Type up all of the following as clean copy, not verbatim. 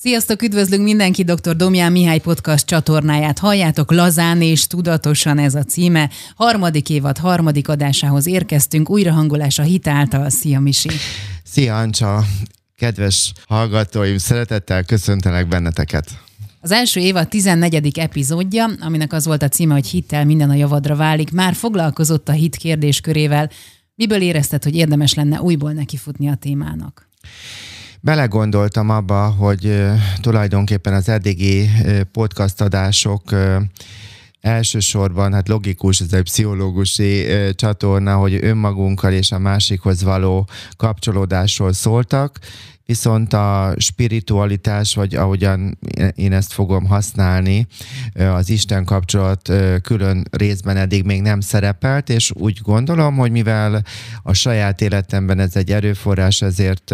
Sziasztok, üdvözlünk mindenki, dr. Domján Mihály podcast csatornáját halljátok, lazán és tudatosan ez a címe. Harmadik évad, harmadik adásához érkeztünk, újrahangolás a hit által. Szia, Misi! Szia, Ancsa! Kedves hallgatóim, szeretettel köszöntelek benneteket! Az első évad 14. epizódja, aminek az volt a címe, hogy hittel minden a javadra válik, már foglalkozott a hit kérdéskörével. Miből érezted, hogy érdemes lenne újból nekifutni a témának? Belegondoltam abba, hogy tulajdonképpen az eddigi podcast adások elsősorban, hát logikus, ez egy pszichológusi csatorna, hogy önmagunkkal és a másikhoz való kapcsolódásról szóltak, viszont a spiritualitás, vagy ahogyan én ezt fogom használni, az Isten kapcsolat külön részben eddig még nem szerepelt, és úgy gondolom, hogy mivel a saját életemben ez egy erőforrás, ezért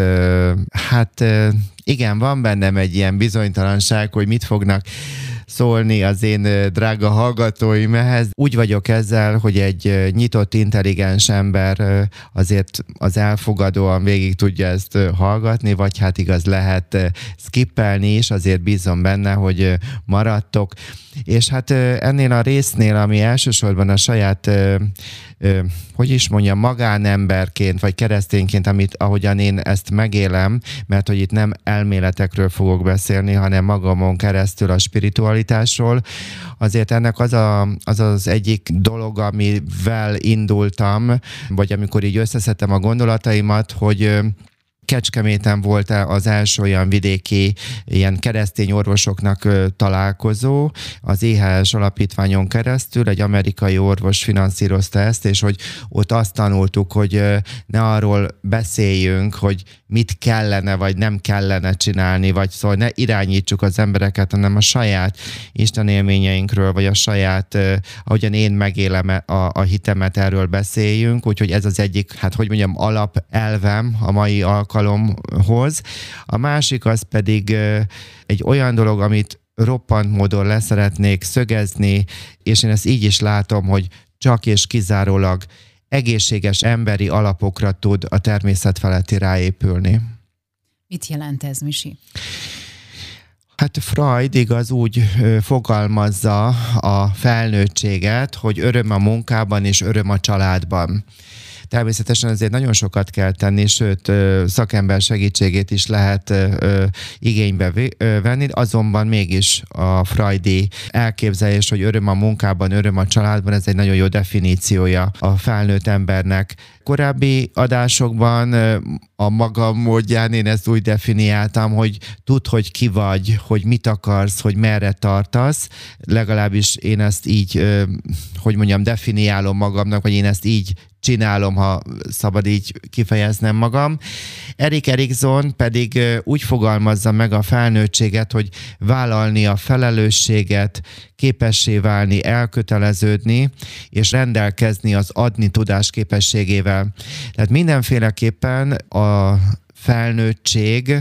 igen, van bennem egy ilyen bizonytalanság, hogy mit fognak szólni az én drága hallgatóim ehhez. Úgy vagyok ezzel, hogy egy nyitott, intelligens ember azért az elfogadóan végig tudja ezt hallgatni, vagy hát igaz lehet skippelni is, azért bízom benne, hogy maradtok. És hát ennél a résznél, ami elsősorban a saját magánemberként, vagy keresztényként, ahogyan én ezt megélem, mert hogy itt nem elméletekről fogok beszélni, hanem magamon keresztül a spiritualitásról. Azért ennek az egyik dolog, amivel indultam, vagy amikor így összeszedtem a gondolataimat, hogy Kecskeméten volt az első olyan vidéki ilyen keresztény orvosoknak találkozó, az EHS alapítványon keresztül egy amerikai orvos finanszírozta ezt, és hogy ott azt tanultuk, hogy ne arról beszéljünk, hogy mit kellene vagy nem kellene csinálni, vagy szóval ne irányítsuk az embereket, hanem a saját Isten élményeinkről, vagy a saját, ahogyan én megélem a hitemet, erről beszéljünk, úgyhogy ez az egyik, alapelvem a mai alkalomhoz. A másik az pedig egy olyan dolog, amit roppant módon leszeretnék szögezni, és én ezt így is látom, hogy csak és kizárólag egészséges emberi alapokra tud a természet feletti ráépülni. Mit jelent ez, Misi? Hát Freud igaz úgy fogalmazza a felnőttséget, hogy öröm a munkában és öröm a családban. Természetesen ezért nagyon sokat kell tenni, sőt szakember segítségét is lehet igénybe venni, azonban mégis a freudi elképzelés, hogy öröm a munkában, öröm a családban, ez egy nagyon jó definíciója a felnőtt embernek. Korábbi adásokban a magam módján én ezt úgy definiáltam, hogy tudd, hogy ki vagy, hogy mit akarsz, hogy merre tartasz. Legalábbis én ezt így, definiálom magamnak, vagy én ezt így csinálom, ha szabad így kifejeznem magam. Erik Erikson pedig úgy fogalmazza meg a felnőttséget, hogy vállalni a felelősséget, képessé válni, elköteleződni, és rendelkezni az adni tudás képességével. Tehát mindenféleképpen a felnőttség,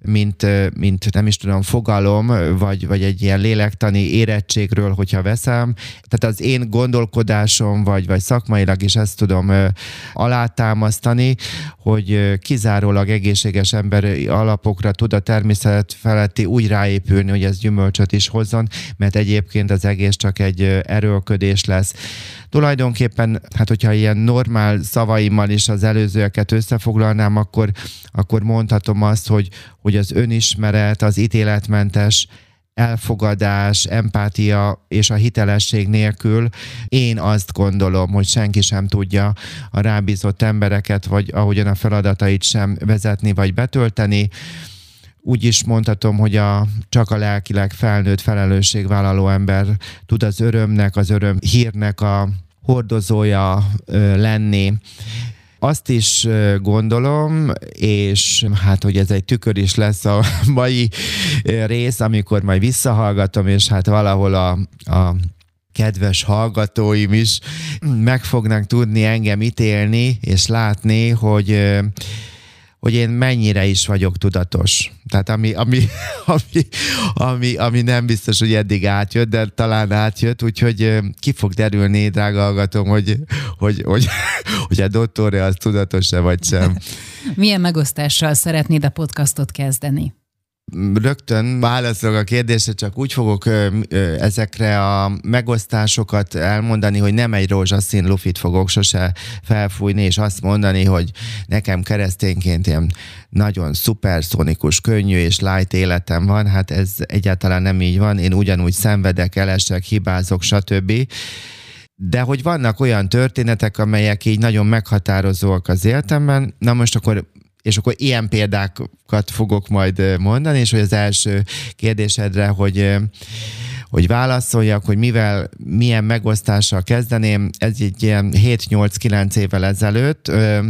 mint nem is tudom, fogalom, vagy egy ilyen lélektani érettségről, hogyha veszem. Tehát az én gondolkodásom, vagy szakmailag is ezt tudom alátámasztani, hogy kizárólag egészséges emberi alapokra tud a természet feletti úgy ráépülni, hogy ez gyümölcsöt is hozzon, mert egyébként az egész csak egy erőlködés lesz. Tulajdonképpen, hogyha ilyen normál szavaimmal is az előzőeket összefoglalnám, akkor mondhatom azt, hogy az önismeret, az ítéletmentes elfogadás, empátia és a hitelesség nélkül én azt gondolom, hogy senki sem tudja a rábízott embereket, vagy ahogyan a feladatait sem vezetni vagy betölteni. Úgy is mondhatom, hogy csak a lelkileg felnőtt, felelősségvállaló ember tud az örömnek, az öröm hírnek a hordozója lenni. Azt is gondolom, és hogy ez egy tükör is lesz a mai rész, amikor majd visszahallgatom, és valahol a kedves hallgatóim is meg fognak tudni engem ítélni, és látni, hogy én mennyire is vagyok tudatos. Tehát ami nem biztos, hogy eddig átjött, de talán átjött, úgyhogy ki fog derülni, drága hallgatom, hogy a doktorja az tudatos-e vagy sem. Milyen megosztással szeretnéd a podcastot kezdeni? Rögtön válaszolok a kérdésre, csak úgy fogok ezekre a megosztásokat elmondani, hogy nem egy rózsaszín lufit fogok sose felfújni, és azt mondani, hogy nekem keresztényként ilyen nagyon szuperszonikus, könnyű és light életem van. Hát ez egyáltalán nem így van. Én ugyanúgy szenvedek, elesek, hibázok, stb. De hogy vannak olyan történetek, amelyek így nagyon meghatározóak az életemben, na most akkor ilyen példákat fogok majd mondani, és hogy az első kérdésedre, hogy válaszoljak, hogy milyen megosztással kezdeném. Ez egy ilyen 7-8-9 évvel ezelőtt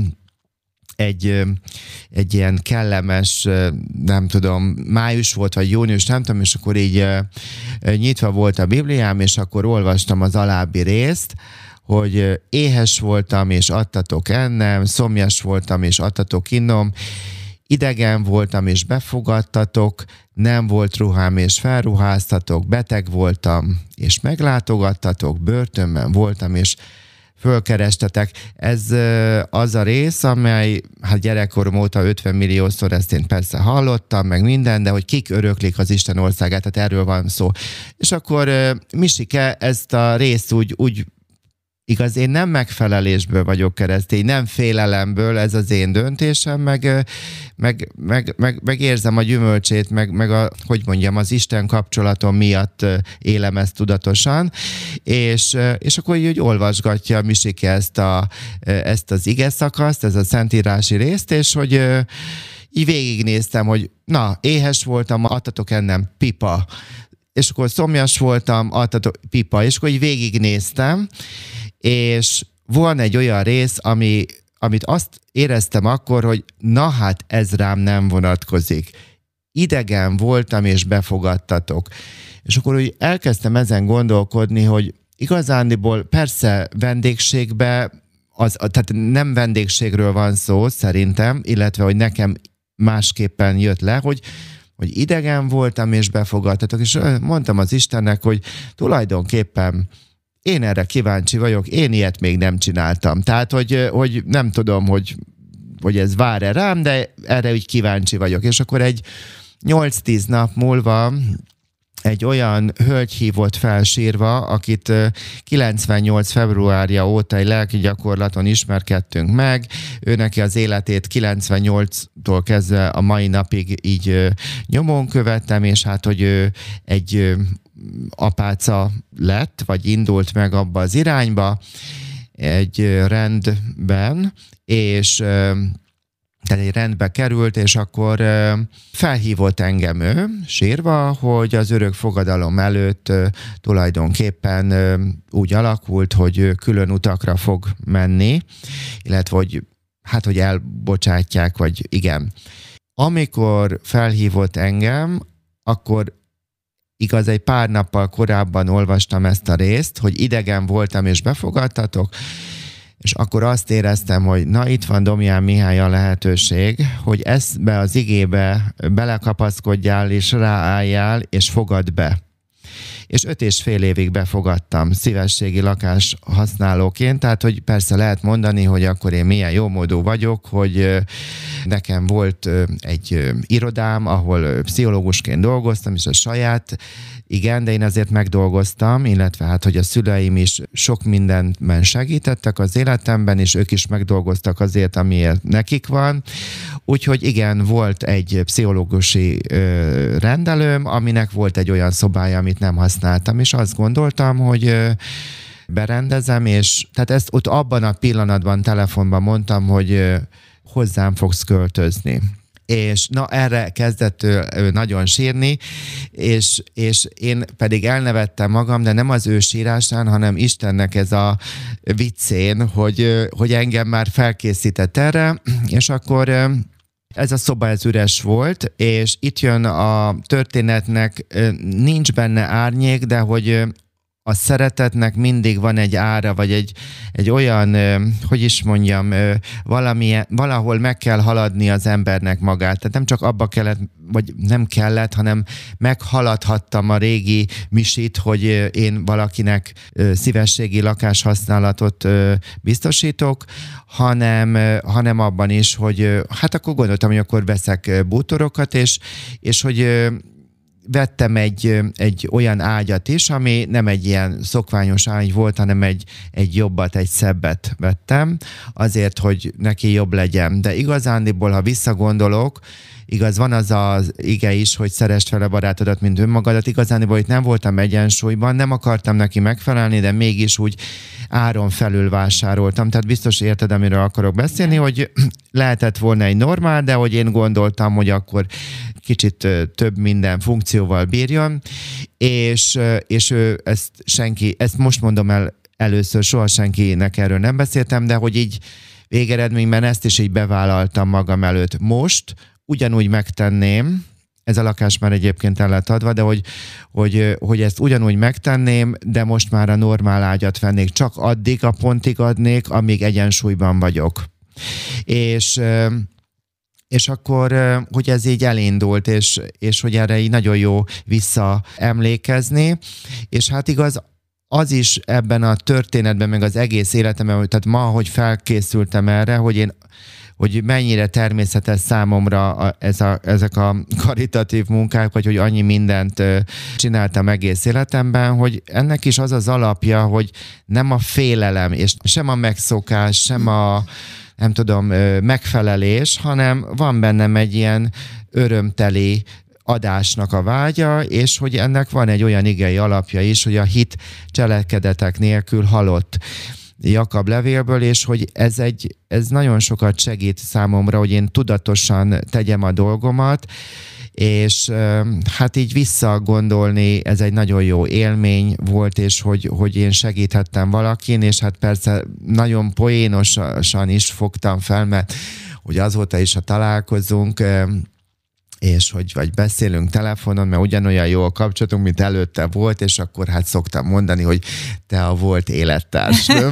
egy ilyen kellemes, nem tudom, május volt, vagy június, nem tudom, és akkor így nyitva volt a Bibliám, és akkor olvastam az alábbi részt, hogy éhes voltam, és adtatok ennem, szomjas voltam, és adtatok innom, idegen voltam, és befogadtatok, nem volt ruhám, és felruháztatok, beteg voltam, és meglátogattatok, börtönben voltam, és fölkerestetek. Ez az a rész, amely, hát gyerekkorom óta 50 milliószor ezt én persze hallottam, meg minden, de hogy kik öröklik az Isten országát, tehát erről van szó. És akkor Misike ezt a részt úgy igaz, én nem megfelelésből vagyok keresztény, nem félelemből, ez az én döntésem, meg érzem a gyümölcsét, meg az Isten kapcsolatom miatt élem ezt tudatosan, és akkor így olvasgatja Misike ezt az ige szakaszt, ez a szentírási részt, és hogy így végignéztem, hogy na, éhes voltam, adtatok ennem, pipa, és akkor szomjas voltam, adtatok, pipa, és akkor így végignéztem, és van egy olyan rész, amit azt éreztem akkor, hogy na hát ez rám nem vonatkozik. Idegen voltam, és befogadtatok. És akkor úgy elkezdtem ezen gondolkodni, hogy igazándiból persze vendégségbe, tehát nem vendégségről van szó szerintem, illetve hogy nekem másképpen jött le, hogy idegen voltam, és befogadtatok. És mondtam az Istennek, hogy tulajdonképpen én erre kíváncsi vagyok, én ilyet még nem csináltam. Tehát, hogy nem tudom, hogy ez vár-e rám, de erre úgy kíváncsi vagyok. És akkor egy 8-10 nap múlva egy olyan hölgy hívott fel sírva, akit 98. februárja óta egy lelki gyakorlaton ismerkedtünk meg. Ő neki az életét 98-tól kezdve a mai napig így nyomon követtem, és hát, hogy ő egy apáca lett, vagy indult meg abba az irányba egy rendben, és tehát egy rendbe került, és akkor felhívott engem ő, sírva, hogy az örök fogadalom előtt tulajdonképpen úgy alakult, hogy külön utakra fog menni, illetve hogy elbocsátják, vagy igen. Amikor felhívott engem, akkor igaz, egy pár nappal korábban olvastam ezt a részt, hogy idegen voltam és befogadtatok, és akkor azt éreztem, hogy na itt van Domján Mihály a lehetőség, hogy ezbe az igébe belekapaszkodjál és ráálljál és fogad be. És 5,5 évig befogadtam szívességi lakás használóként, tehát hogy persze lehet mondani, hogy akkor én milyen jómódú vagyok, hogy nekem volt egy irodám, ahol pszichológusként dolgoztam, és a saját, igen, de én azért megdolgoztam, illetve hát, hogy a szüleim is sok mindenben segítettek az életemben, és ők is megdolgoztak azért, amiért nekik van. Úgyhogy igen, volt egy pszichológusi rendelőm, aminek volt egy olyan szobája, amit nem használtam, és azt gondoltam, hogy berendezem, és tehát ezt ott abban a pillanatban telefonban mondtam, hogy hozzám fogsz költözni. És na erre kezdett ő nagyon sírni, és én pedig elnevettem magam, de nem az ő sírásán, hanem Istennek ez a viccén, hogy engem már felkészített erre, és akkor ez a szoba, ez üres volt, és itt jön a történetnek, nincs benne árnyék, de hogy a szeretetnek mindig van egy ára, vagy egy olyan, hogy is mondjam, valahol meg kell haladni az embernek magát. Tehát nem csak abba kellett, vagy nem kellett, hanem meghaladhattam a régi misit, hogy én valakinek szívességi lakáshasználatot biztosítok, hanem abban is, hogy hát akkor gondoltam, hogy akkor veszek bútorokat, és hogy vettem egy olyan ágyat is, ami nem egy ilyen szokványos ágy volt, hanem egy jobbat, egy szebbet vettem, azért, hogy neki jobb legyen. De igazándiból, ha visszagondolok, igaz, van az az ige is, hogy szeresd fel a barátodat, mint önmagadat. Igazándiból itt nem voltam egyensúlyban, nem akartam neki megfelelni, de mégis úgy áron felül vásároltam. Tehát biztos érted, amiről akarok beszélni, hogy lehetett volna egy normál, de hogy én gondoltam, hogy akkor kicsit több minden funkcióval bírjon, és ő ezt most mondom el először, soha senkinek erről nem beszéltem, de hogy így végeredményben ezt is így bevállaltam magam előtt. Most ugyanúgy megtenném, ez a lakás már egyébként el lett adva, de hogy ezt ugyanúgy megtenném, de most már a normál ágyat vennék. Csak addig a pontig adnék, amíg egyensúlyban vagyok. És akkor, hogy ez így elindult, és hogy erre így nagyon jó visszaemlékezni, és hát igaz, az is ebben a történetben, meg az egész életemben, tehát ma, hogy felkészültem erre, hogy mennyire természetes számomra ezek a karitatív munkák, vagy hogy annyi mindent csináltam egész életemben, hogy ennek is az az alapja, hogy nem a félelem, és sem a megszokás, sem a nem tudom, megfelelés, hanem van bennem egy ilyen örömteli adásnak a vágya, és hogy ennek van egy olyan igei alapja is, hogy a hit cselekedetek nélkül halott. Jakab levélből, és hogy ez nagyon sokat segít számomra, hogy én tudatosan tegyem a dolgomat, és hát így visszagondolni, ez egy nagyon jó élmény volt, és hogy én segíthettem valakin, és hát persze nagyon poénosan is fogtam fel, mert hogy azóta is, ha találkozunk, és hogy vagy beszélünk telefonon, mert ugyanolyan jó a kapcsolatunk, mint előtte volt, és akkor hát szoktam mondani, hogy te a volt élettársnőm.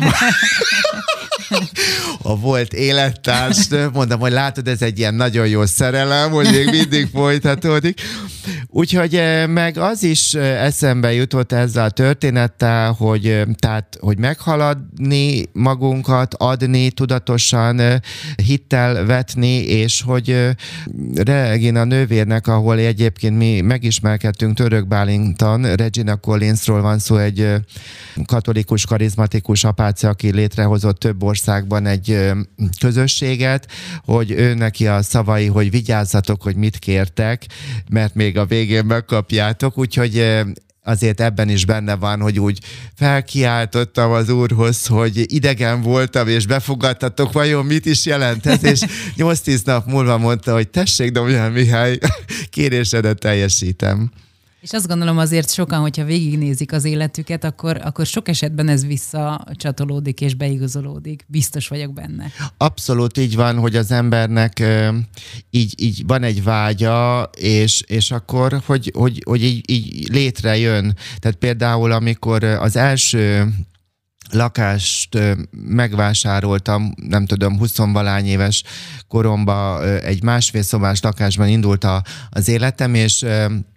A volt élettársnőm, mondom, hogy látod, ez egy ilyen nagyon jó szerelem, hogy még mindig folytatódik. Úgyhogy meg az is eszembe jutott ezzel a történettel, hogy meghaladni magunkat, adni, tudatosan hittel vetni, és hogy Regina nővérnek, ahol egyébként mi megismerkedtünk Török Bálinton, Regina Collinsról van szó, egy katolikus, karizmatikus apáca, aki létrehozott több országban egy közösséget, hogy ő neki a szavai, hogy vigyázzatok, hogy mit kértek, mert még a végén megkapjátok, úgyhogy azért ebben is benne van, hogy úgy felkiáltottam az Úrhoz, hogy idegen voltam, és befogadtatok, vajon mit is jelent ez, és 8-10 nap múlva mondta, hogy tessék, Domján Mihály, kérésedet teljesítem. És azt gondolom azért sokan, hogyha végignézik az életüket, akkor sok esetben ez visszacsatolódik és beigazolódik. Biztos vagyok benne. Abszolút így van, hogy az embernek így van egy vágya, és akkor, hogy így létrejön. Tehát például, amikor az első lakást megvásároltam, nem tudom, 20-valány éves koromban egy másfél szobás lakásban indult az életem, és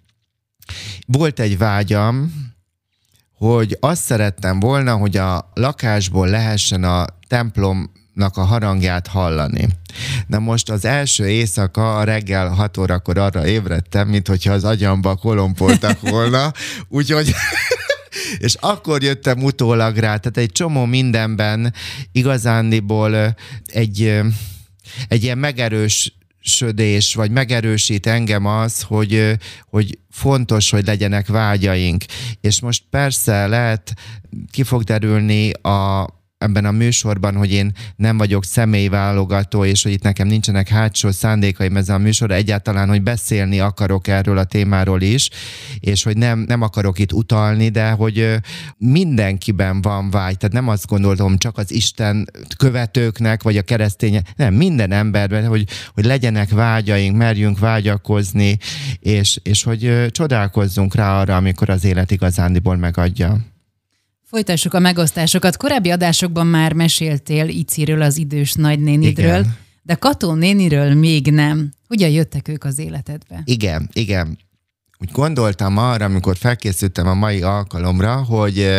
volt egy vágyam, hogy azt szerettem volna, hogy a lakásból lehessen a templomnak a harangját hallani. Na most az első éjszaka a reggel 6 órakor arra ébredtem, mint hogyha az agyamba kolompoltak volna, úgyhogy és akkor jöttem utólag rá, tehát egy csomó mindenben igazándiból egy ilyen megerősödés, vagy megerősít engem az, hogy fontos, hogy legyenek vágyaink. És most persze lehet, ki fog derülni ebben a műsorban, hogy én nem vagyok személyválogató, és hogy itt nekem nincsenek hátsó szándékaim ezzel a műsorra, egyáltalán, hogy beszélni akarok erről a témáról is, és hogy nem akarok itt utalni, de hogy mindenkiben van vágy. Tehát nem azt gondolom csak az Isten követőknek, vagy a keresztények, nem, minden emberben, hogy legyenek vágyaink, merjünk vágyakozni, és hogy csodálkozzunk rá arra, amikor az élet igazándiból megadja. Folytassuk a megosztásokat. Korábbi adásokban már meséltél Iciről, az idős nagynénidről, igen. De Kató néniről még nem. Hogyan jöttek ők az életedbe? Igen. Úgy gondoltam arra, amikor felkészültem a mai alkalomra, hogy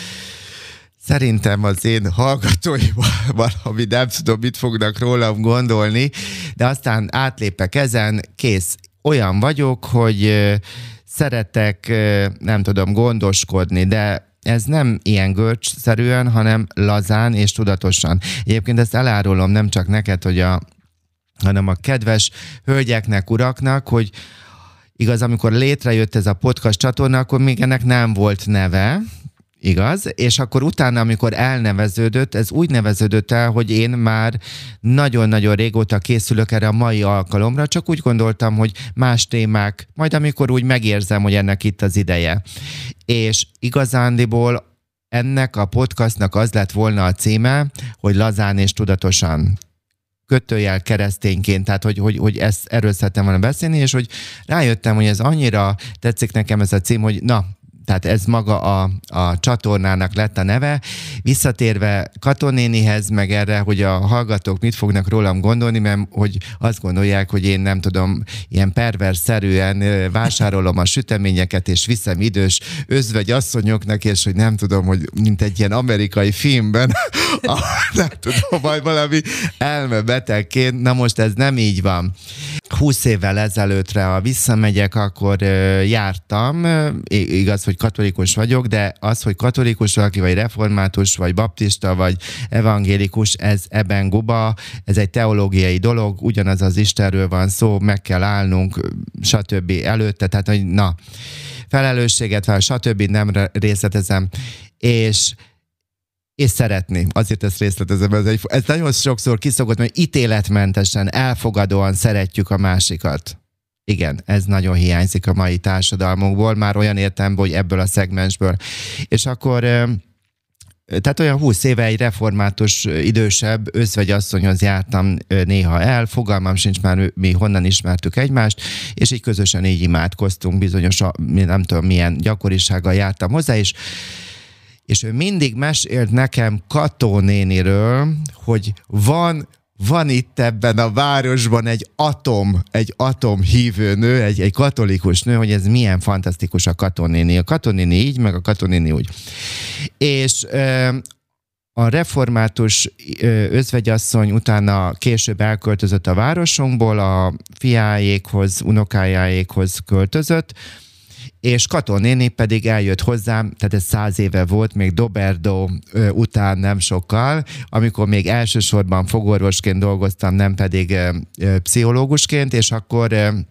szerintem az én hallgatóim valami nem tudom, mit fognak rólam gondolni, de aztán átlépek ezen, kész. Olyan vagyok, hogy szeretek, nem tudom, gondoskodni, de ez nem ilyen görcsszerűen, hanem lazán és tudatosan. Egyébként ezt elárulom nem csak neked, hanem a kedves hölgyeknek, uraknak, hogy igaz, amikor létrejött ez a podcast csatorna, akkor még ennek nem volt neve, igaz? És akkor utána, amikor elneveződött, ez úgy neveződött el, hogy én már nagyon-nagyon régóta készülök erre a mai alkalomra, csak úgy gondoltam, hogy más témák, majd amikor úgy megérzem, hogy ennek itt az ideje. És igazándiból ennek a podcastnak az lett volna a címe, hogy lazán és tudatosan. Kötőjel keresztényként, tehát hogy erről szerettem volna beszélni, és hogy rájöttem, hogy ez annyira tetszik nekem ez a cím, hogy tehát ez maga a csatornának lett a neve. Visszatérve Kató nénihez, meg erre, hogy a hallgatók mit fognak rólam gondolni, mert hogy azt gondolják, hogy én nem tudom, ilyen perverszerűen vásárolom a süteményeket, és viszem idős özvegy asszonyoknak, és hogy nem tudom, hogy mint egy ilyen amerikai filmben, nem tudom, majd valami elmebetegként, na most ez nem így van. 20 évvel ezelőttre, ha visszamegyek, akkor jártam, igaz, hogy katolikus vagyok, de az, hogy katolikus valaki, vagy református, vagy baptista, vagy evangélikus, ez ebben guba, ez egy teológiai dolog, ugyanaz az Istenről van szó, meg kell állnunk, stb. Előtte, tehát, hogy felelősséget, stb. Nem részletezem, és szeretni. Azért ezt részletezem. Ez nagyon sokszor kiszokott, mert ítéletmentesen, elfogadóan szeretjük a másikat. Igen, ez nagyon hiányzik a mai társadalmunkból, már olyan értelemben, hogy ebből a szegmensből. És akkor, tehát olyan 20 éve egy református, idősebb özvegyasszonyhoz jártam néha el, fogalmam sincs már, mi honnan ismertük egymást, és így közösen így imádkoztunk, bizonyos, nem tudom milyen gyakorisággal jártam hozzá, és ő mindig mesélt nekem Kató néniről, hogy van itt ebben a városban egy atom hívő nő, egy katolikus nő, hogy ez milyen fantasztikus a Kató néni. A Kató néni így, meg a Kató néni úgy. És a református özvegyasszony utána később elköltözött a városunkból, a fiájékhoz, unokájáékhoz költözött, és Kató néni pedig eljött hozzám, tehát ez 100 éve volt, még Doberdo után nem sokkal, amikor még elsősorban fogorvosként dolgoztam, nem pedig pszichológusként, és akkor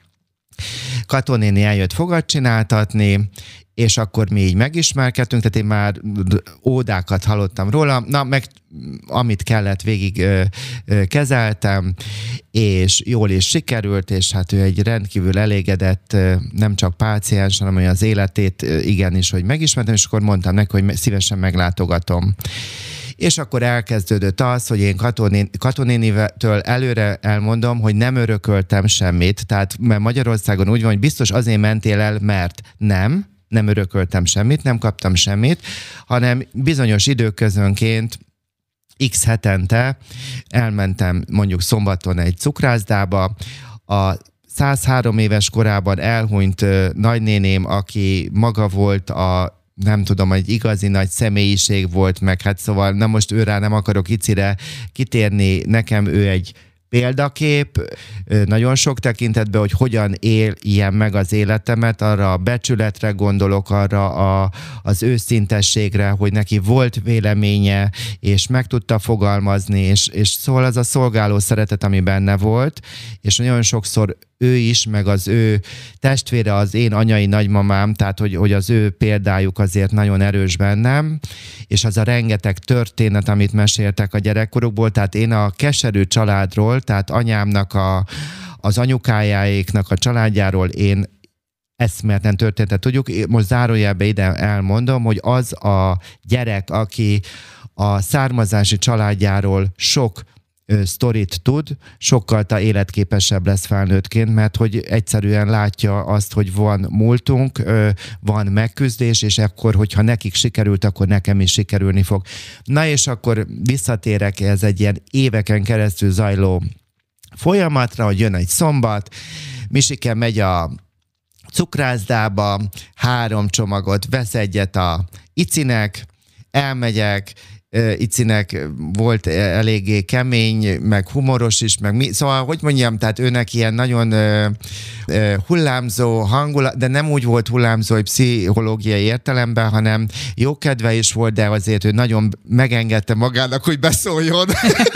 Kató néni eljött fogat csináltatni, és akkor mi így megismerkedtünk, tehát én már ódákat hallottam róla, meg amit kellett végig kezeltem, és jól is sikerült, és hát ő egy rendkívül elégedett, nem csak páciens, hanem az életét igenis, hogy megismertem, és akkor mondtam neki, hogy szívesen meglátogatom. És akkor elkezdődött az, hogy én Kató nénitől előre elmondom, hogy nem örököltem semmit, tehát mert Magyarországon úgy van, hogy biztos azért mentél el, mert nem örököltem semmit, nem kaptam semmit, hanem bizonyos időközönként x hetente elmentem mondjuk szombaton egy cukrászdába, a 103 éves korában elhunyt nagynéném, aki maga volt nem tudom, egy igazi nagy személyiség volt meg, hát szóval, na most őrá nem akarok Icire kitérni, nekem ő egy példakép, nagyon sok tekintetben, hogy hogyan éljem meg az életemet, arra a becsületre gondolok, arra az őszintességre, hogy neki volt véleménye, és meg tudta fogalmazni, és szóval az a szolgáló szeretet, ami benne volt, és nagyon sokszor ő is, meg az ő testvére, az én anyai nagymamám, tehát hogy az ő példájuk azért nagyon erős bennem, és az a rengeteg történet, amit meséltek a gyerekkorukból, tehát én a keserű családról, tehát anyámnak, az anyukájáéknak a családjáról én eszméletlen történetet tudjuk. Most zárójelbe ide elmondom, hogy az a gyerek, aki a származási családjáról sok sztorit tud, sokkal életképesebb lesz felnőttként, mert hogy egyszerűen látja azt, hogy van múltunk, van megküzdés, és akkor, hogyha nekik sikerült, akkor nekem is sikerülni fog. Na és akkor visszatérek, ez egy ilyen éveken keresztül zajló folyamatra, hogy jön egy szombat, Misike megy a cukrászdába, 3 csomagot vesz egyet a Icinek, elmegyek, Icinek volt eléggé kemény, meg humoros is, meg szóval, hogy mondjam, tehát őnek ilyen nagyon hullámzó hangulat, de nem úgy volt hullámzó, hogy pszichológiai értelemben, hanem jókedve is volt, de azért ő nagyon megengedte magának, hogy beszóljon.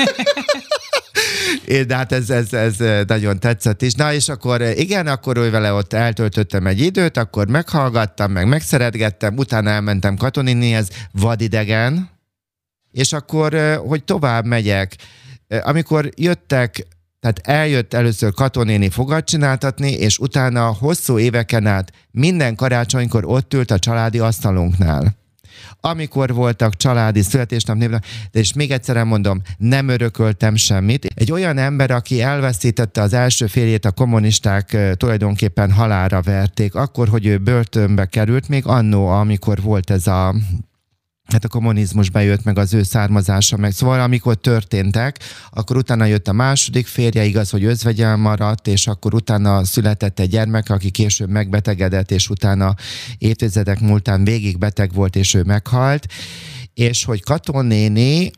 De hát ez nagyon tetszett is. Na és akkor igen, akkor ő vele ott eltöltöttem egy időt, akkor meghallgattam, meg megszeretgettem, utána elmentem Katoninihez, vadidegen, és akkor, hogy tovább megyek, amikor jöttek, tehát eljött először Katonéni fogat csináltatni, és utána hosszú éveken át minden karácsonykor ott ült a családi asztalunknál. Amikor voltak családi születésnapnévek, de és még egyszer mondom, nem örököltem semmit. Egy olyan ember, aki elveszítette az első férjét, a kommunisták tulajdonképpen halálra verték, akkor, hogy ő börtönbe került, még annó, amikor volt ez a kommunizmus bejött, meg az ő származása, meg szóval amikor történtek, akkor utána jött a második férje, igaz, hogy özvegyel maradt, és akkor utána született egy gyermek, aki később megbetegedett, és utána évtizedek múltán végig beteg volt, és ő meghalt, és hogy Katon néni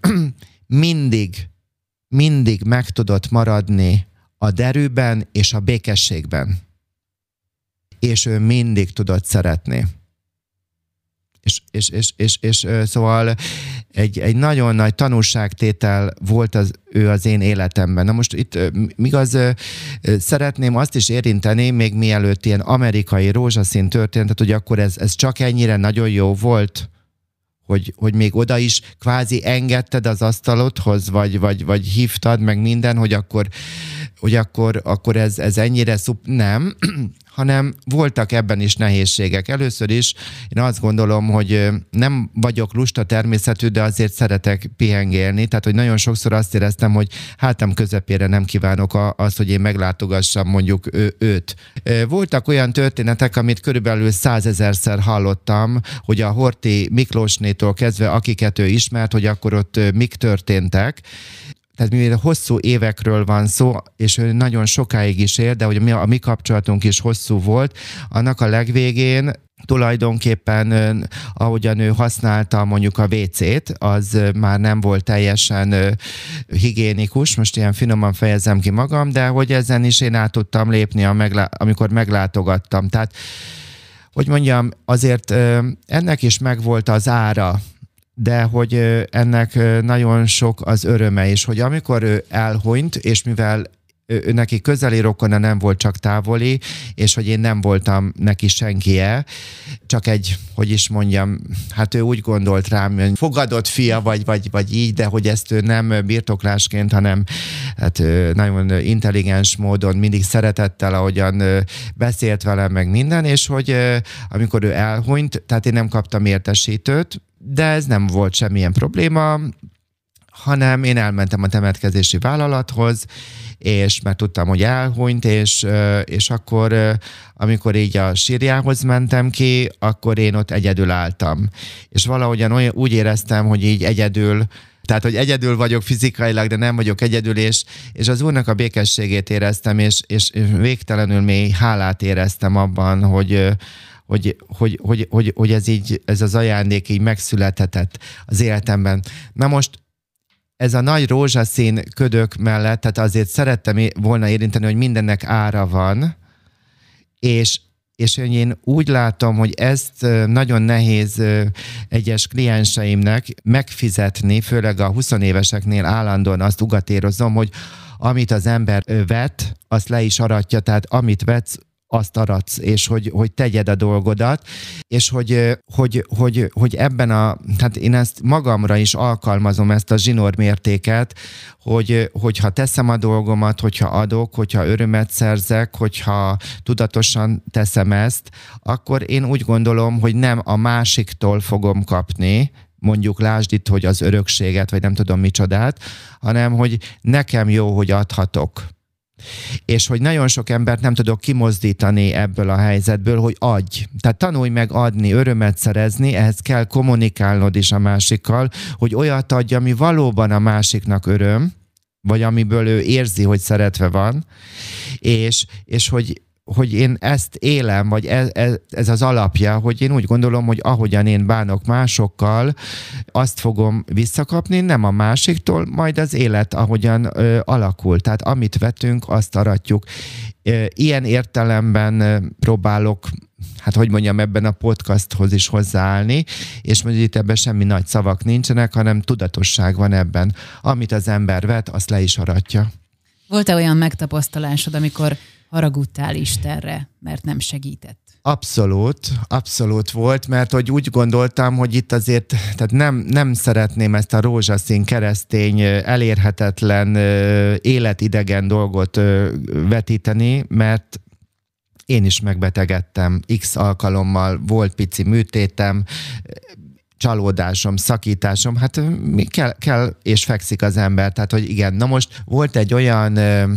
mindig meg tudott maradni a derűben és a békességben. És ő mindig tudott szeretni. És szóval egy nagyon nagy tanulságtétel volt ő az én életemben. Na most itt igaz, szeretném azt is érinteni, még mielőtt ilyen amerikai rózsaszín történt, hogy akkor ez csak ennyire nagyon jó volt, hogy még oda is kvázi engedted az asztalodhoz, vagy hívtad meg minden, hogy akkor ez ennyire nem, hanem voltak ebben is nehézségek. Először is én azt gondolom, hogy nem vagyok lusta természetű, de azért szeretek pihengélni, tehát hogy nagyon sokszor azt éreztem, hogy hátam közepére nem kívánok azt, hogy én meglátogassam mondjuk őt. Voltak olyan történetek, amit körülbelül 100 000-szer hallottam, hogy a Horthy Miklósnétól kezdve, akiket ő ismert, hogy akkor ott mik történtek. Tehát mivel hosszú évekről van szó, és ő nagyon sokáig is él, de hogy a mi kapcsolatunk is hosszú volt, annak a legvégén tulajdonképpen, ahogyan ő használta mondjuk a WC-t, az már nem volt teljesen higiénikus, most ilyen finoman fejezem ki magam, de hogy ezen is én át tudtam lépni, amikor meglátogattam. Tehát, hogy mondjam, azért ennek is megvolt az ára, de hogy ennek nagyon sok az öröme is, hogy amikor ő elhunyt, és mivel ő neki közeli rokona nem volt, csak távoli, és hogy én nem voltam neki senkie, csak egy, hogy is mondjam, hát ő úgy gondolt rám, hogy fogadott fia, vagy így, de hogy ezt ő nem birtoklásként, hanem hát nagyon intelligens módon, mindig szeretettel, ahogyan beszélt velem meg minden, és hogy amikor ő elhunyt, tehát én nem kaptam értesítőt, de ez nem volt semmilyen probléma, hanem én elmentem a temetkezési vállalathoz, és mert tudtam, hogy elhunyt, és akkor, amikor így a sírjához mentem ki, akkor én ott egyedül álltam. És valahogyan úgy éreztem, hogy így egyedül, tehát, hogy egyedül vagyok fizikailag, de nem vagyok egyedül, és az Úrnak a békességét éreztem, és végtelenül mély hálát éreztem abban, hogy ez az ajándék így megszülethetett az életemben. Na most ez a nagy rózsaszín ködök mellett, tehát azért szerettem volna érinteni, hogy mindennek ára van, és én úgy látom, hogy ezt nagyon nehéz egyes klienseimnek megfizetni, főleg a 20 éveseknél állandóan azt ugatérozom, hogy amit az ember vet, azt le is aratja, tehát amit vetsz, azt aradsz, és hogy tegyed a dolgodat, és hogy ebben tehát én ezt magamra is alkalmazom, ezt a zsinórmértéket, hogyha teszem a dolgomat, hogyha adok, hogyha örömet szerzek, hogyha tudatosan teszem ezt, akkor én úgy gondolom, hogy nem a másiktól fogom kapni, mondjuk lásd itt, hogy az örökséget, vagy nem tudom micsodát, hanem hogy nekem jó, hogy adhatok. És hogy nagyon sok embert nem tudok kimozdítani ebből a helyzetből, hogy adj. Tehát tanulj meg adni, örömet szerezni, ehhez kell kommunikálnod is a másikkal, hogy olyat adj, ami valóban a másiknak öröm, vagy amiből ő érzi, hogy szeretve van, és hogy én ezt élem, vagy ez az alapja, hogy én úgy gondolom, hogy ahogyan én bánok másokkal, azt fogom visszakapni, nem a másiktól, majd az élet ahogyan alakul. Tehát amit vetünk, azt aratjuk. Ilyen értelemben próbálok, hát hogy mondjam, ebben a podcasthoz is hozzáállni, és mondjuk itt ebben semmi nagy szavak nincsenek, hanem tudatosság van ebben. Amit az ember vet, azt le is aratja. Volt-e olyan megtapasztalásod, amikor haragudtál Istenre, mert nem segített? Abszolút volt, mert hogy úgy gondoltam, hogy itt azért tehát nem szeretném ezt a rózsaszín keresztény, elérhetetlen, életidegen dolgot vetíteni, mert én is megbetegedtem X alkalommal, volt pici műtétem, csalódásom, szakításom, hát kell és fekszik az ember, tehát hogy igen. Na most volt egy olyan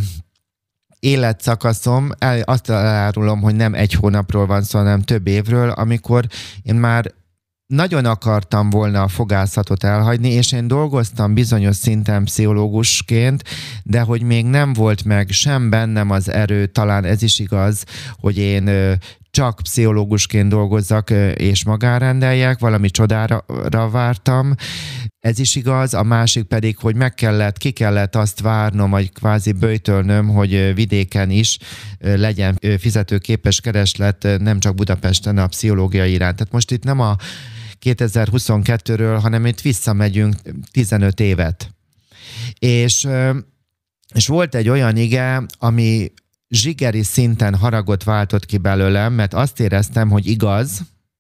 életszakaszom, azt elárulom, hogy nem 1 hónapról van szó, hanem több évről, amikor én már nagyon akartam volna a fogászatot elhagyni, és én dolgoztam bizonyos szinten pszichológusként, de hogy még nem volt meg sem bennem az erő, talán ez is igaz, hogy én csak pszichológusként dolgozzak és magárendeljek, valami csodára vártam. Ez is igaz, a másik pedig, hogy ki kellett azt várnom, vagy kvázi böjtölnöm, hogy vidéken is legyen fizetőképes kereslet, nem csak Budapesten a pszichológia iránt. Tehát most itt nem a 2022-ről, hanem itt visszamegyünk 15 évet. És volt egy olyan ige, ami zsigeri szinten haragot váltott ki belőlem, mert azt éreztem, hogy igaz,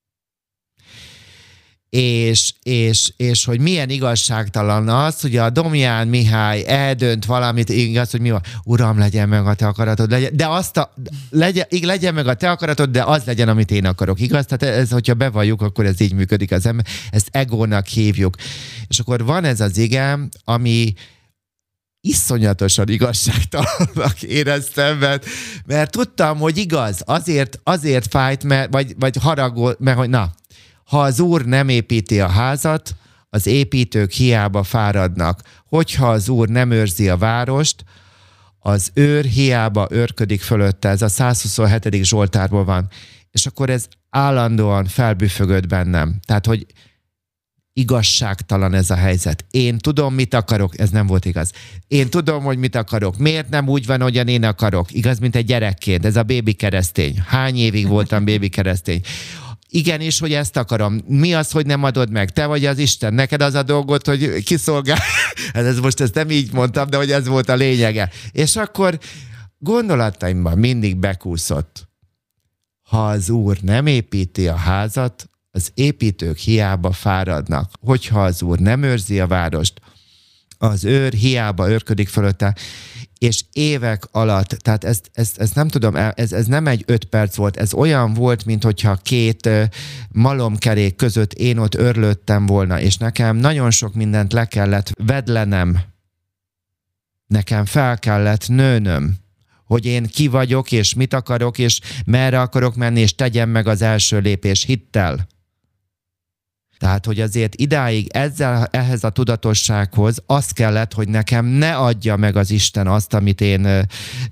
és hogy milyen igazságtalan az, hogy a Domján Mihály eldönt valamit, igaz, hogy mi van, Uram, legyen meg a te akaratod, legyen meg a te akaratod, de az legyen, amit én akarok, igaz? Tehát ez, hogyha bevalljuk, akkor ez így működik az ember, ezt egónak hívjuk. És akkor van ez az ige, ami iszonyatosan igazságtalannak éreztem, mert tudtam, hogy igaz, azért fájt, vagy haragol, mert hogy ha az Úr nem építi a házat, az építők hiába fáradnak. Hogyha az Úr nem őrzi a várost, az őr hiába őrködik fölötte. Ez a 127. Zsoltárból van. És akkor ez állandóan felbüfögött bennem. Tehát, hogy igazságtalan ez a helyzet. Én tudom, mit akarok. Ez nem volt igaz. Én tudom, hogy mit akarok. Miért nem úgy van, hogyan én akarok? Igaz, mint egy gyerekként. Ez a bébi keresztény. Hány évig voltam bébi keresztény? Igenis, hogy ezt akarom. Mi az, hogy nem adod meg? Te vagy az Isten. Neked az a dolgot, hogy kiszolgál. Ezt nem így mondtam, de hogy ez volt a lényege. És akkor gondolataimban mindig bekúszott. Ha az Úr nem építi a házat, az építők hiába fáradnak. Hogyha az Úr nem őrzi a várost, az őr hiába őrködik fölötte, és évek alatt, tehát ezt nem tudom, ez nem egy 5 perc volt, ez olyan volt, mint hogyha 2 malomkerék között én ott örlődtem volna, és nekem nagyon sok mindent le kellett vedlenem. Nekem fel kellett nőnöm, hogy én ki vagyok, és mit akarok, és merre akarok menni, és tegyem meg az első lépés hittel. Tehát, hogy azért idáig ehhez a tudatossághoz az kellett, hogy nekem ne adja meg az Isten azt, amit én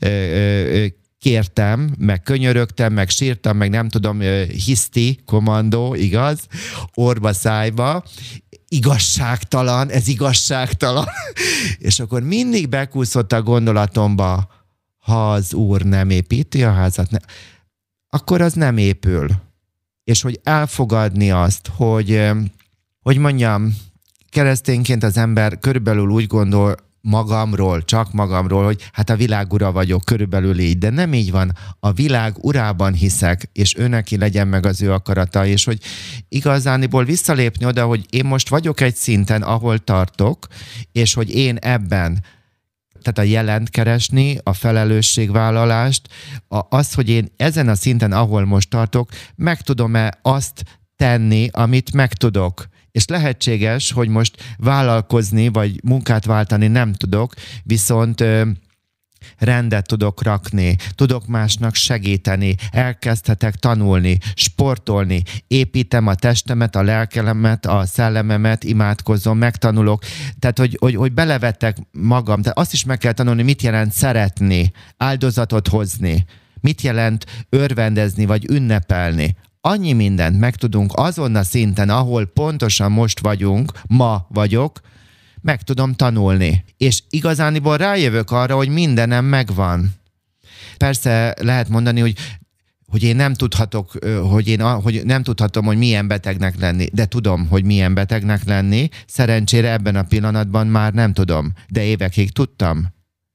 kértem, meg könyörögtem, meg sírtam, meg nem tudom, hiszti, kommandó, igaz? Orba szájba. Igazságtalan, ez igazságtalan. És akkor mindig bekúszott a gondolatomba, ha az Úr nem építi a házat, akkor az nem épül. És hogy elfogadni azt, hogy mondjam, keresztényként az ember körülbelül úgy gondol csak magamról, hogy hát a világ ura vagyok, körülbelül így, de nem így van. A világ urában hiszek, és ő neki legyen meg az ő akarata, és hogy igazániból visszalépni oda, hogy én most vagyok egy szinten, ahol tartok, és hogy én ebben, tehát a jelent keresni, a felelősségvállalást, az, hogy én ezen a szinten, ahol most tartok, meg tudom-e azt tenni, amit meg tudok. És lehetséges, hogy most vállalkozni, vagy munkát váltani nem tudok, viszont rendet tudok rakni, tudok másnak segíteni, elkezdhetek tanulni, sportolni, építem a testemet, a lelkemet, a szellememet, imádkozom, megtanulok. Tehát, hogy belevettek magam. Tehát azt is meg kell tanulni, mit jelent szeretni, áldozatot hozni, mit jelent örvendezni, vagy ünnepelni. Annyi mindent megtudunk azon a szinten, ahol pontosan most vagyunk, ma vagyok, meg tudom tanulni. És igazániból rájövök arra, hogy mindenem megvan. Persze lehet mondani, hogy én nem tudhatok, hogy nem tudhatom, hogy milyen betegnek lenni, de tudom, hogy milyen betegnek lenni. Szerencsére ebben a pillanatban már nem tudom, de évekig tudtam.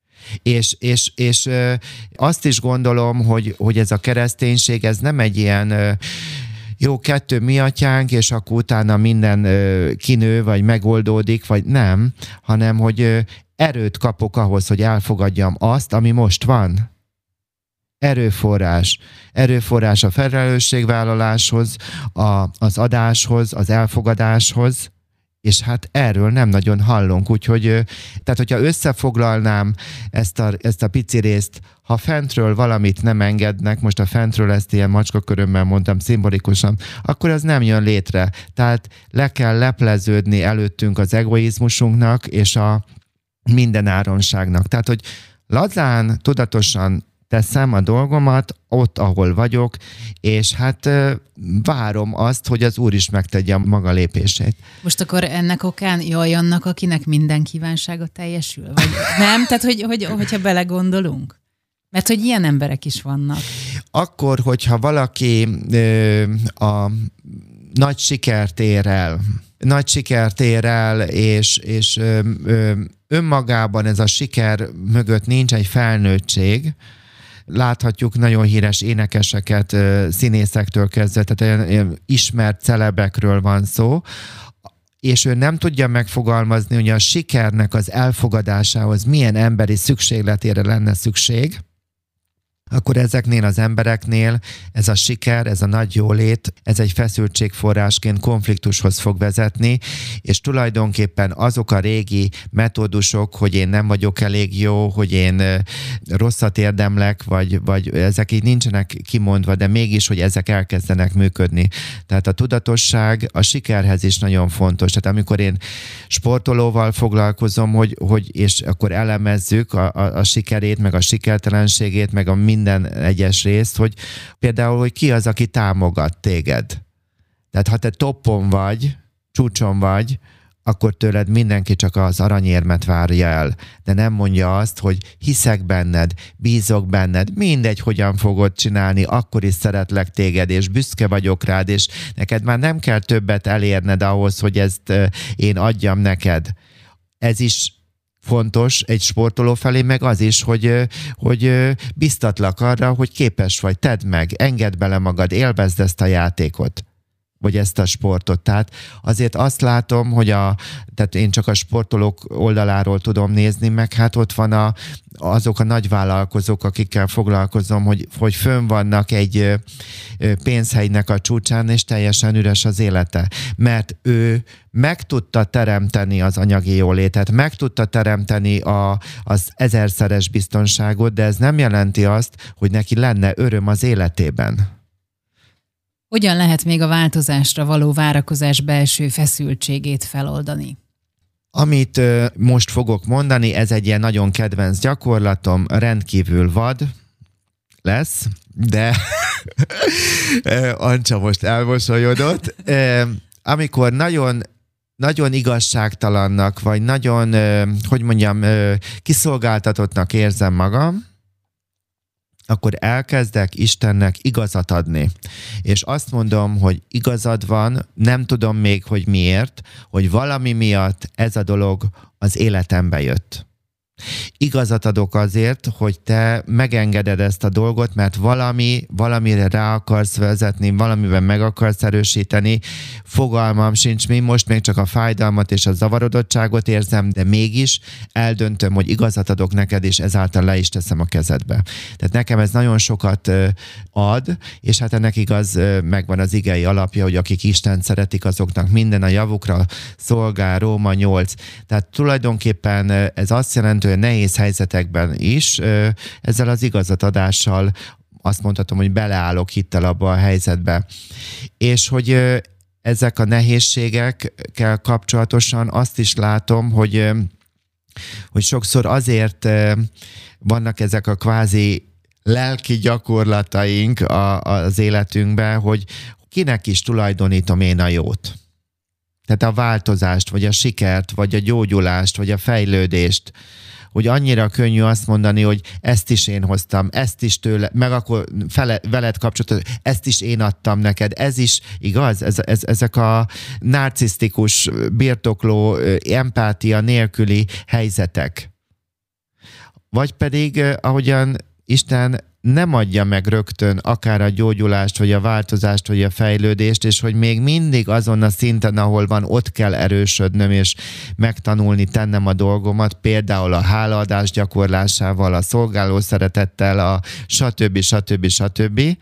És azt is gondolom, hogy ez a kereszténység, ez nem egy ilyen jó, 2 mi atyánk, és akkor utána minden kinő, vagy megoldódik, vagy nem, hanem hogy erőt kapok ahhoz, hogy elfogadjam azt, ami most van. Erőforrás. Erőforrás a felelősségvállaláshoz, az adáshoz, az elfogadáshoz, és hát erről nem nagyon hallunk, úgyhogy, tehát hogyha összefoglalnám ezt a pici részt, ha fentről valamit nem engednek, most a fentről ezt ilyen macskakörömmel mondtam szimbolikusan, akkor az nem jön létre. Tehát le kell lepleződni előttünk az egoizmusunknak és a mindenáronságnak. Tehát, hogy lazán, tudatosan teszem a dolgomat ott, ahol vagyok, és hát várom azt, hogy az Úr is megtegye a maga lépését. Most akkor ennek okán jaj annak, akinek minden kívánsága teljesül? Vagy nem? Tehát, hogyha belegondolunk? Mert hogy ilyen emberek is vannak. Akkor, hogyha valaki a nagy sikert ér el, és önmagában ez a siker mögött nincs egy felnőttség, láthatjuk nagyon híres énekeseket, színészektől kezdve, tehát olyan ismert celebekről van szó, és ő nem tudja megfogalmazni, hogy a sikernek az elfogadásához milyen emberi szükségletére lenne szükség, akkor ezeknél az embereknél ez a siker, ez a nagy jólét, ez egy feszültségforrásként konfliktushoz fog vezetni, és tulajdonképpen azok a régi metódusok, hogy én nem vagyok elég jó, hogy én rosszat érdemlek, vagy ezek így nincsenek kimondva, de mégis, hogy ezek elkezdenek működni. Tehát a tudatosság a sikerhez is nagyon fontos. Tehát amikor én sportolóval foglalkozom, és akkor elemezzük a sikerét, meg a sikertelenségét, meg a minden egyes részt, hogy például, hogy ki az, aki támogat téged. Tehát ha te toppon vagy, csúcson vagy, akkor tőled mindenki csak az aranyérmet várja el. De nem mondja azt, hogy hiszek benned, bízok benned, mindegy, hogyan fogod csinálni, akkor is szeretlek téged, és büszke vagyok rád, és neked már nem kell többet elérned ahhoz, hogy ezt én adjam neked. Ez is fontos egy sportoló felé, meg az is, hogy biztatlak arra, hogy képes vagy, tedd meg, engedd bele magad, élvezd ezt a játékot, vagy ezt a sportot. Tehát azért azt látom, hogy tehát én csak a sportolók oldaláról tudom nézni, meg hát ott van azok a nagyvállalkozók, akikkel foglalkozom, hogy fönn vannak egy pénzhelynek a csúcsán, és teljesen üres az élete. Mert ő meg tudta teremteni az anyagi jólétet, meg tudta teremteni az 1000-szeres biztonságot, de ez nem jelenti azt, hogy neki lenne öröm az életében. Hogyan lehet még a változásra való várakozás belső feszültségét feloldani? Amit most fogok mondani, ez egy ilyen nagyon kedvenc gyakorlatom, rendkívül vad lesz, de Ancsa most elmosolyodott. Amikor nagyon igazságtalannak, vagy nagyon, kiszolgáltatottnak érzem magam, akkor elkezdek Istennek igazat adni. És azt mondom, hogy igazad van, nem tudom még, hogy miért, hogy valami miatt ez a dolog az életembe jött. Igazat adok azért, hogy te megengeded ezt a dolgot, mert valamire rá akarsz vezetni, valamiben meg akarsz erősíteni. Fogalmam sincs mi, most még csak a fájdalmat és a zavarodottságot érzem, de mégis eldöntöm, hogy igazat adok neked, és ezáltal le is teszem a kezedbe. Tehát nekem ez nagyon sokat ad, és hát ennek igaz, megvan az igei alapja, hogy akik Istent szeretik, azoknak minden a javukra szolgál, Róma 8. Tehát tulajdonképpen ez azt jelenti, hogy nehéz helyzetekben is ezzel az igazatadással azt mondhatom, hogy beleállok hittel abba a helyzetbe. És hogy ezek a nehézségekkel kapcsolatosan azt is látom, hogy sokszor azért vannak ezek a kvázi lelki gyakorlataink az életünkben, hogy kinek is tulajdonítom én a jót. Tehát a változást, vagy a sikert, vagy a gyógyulást, vagy a fejlődést, hogy annyira könnyű azt mondani, hogy ezt is én hoztam, ezt is tőle, meg akkor veled kapcsolatos, ezt is én adtam neked, ez is igaz? Ezek a narcisztikus, birtokló, empátia nélküli helyzetek. Vagy pedig, ahogyan Isten nem adja meg rögtön akár a gyógyulást, vagy a változást, vagy a fejlődést, és hogy még mindig azon a szinten, ahol van, ott kell erősödnöm, és megtanulni tennem a dolgomat, például a hálaadás gyakorlásával, a szolgáló szeretettel, a stb.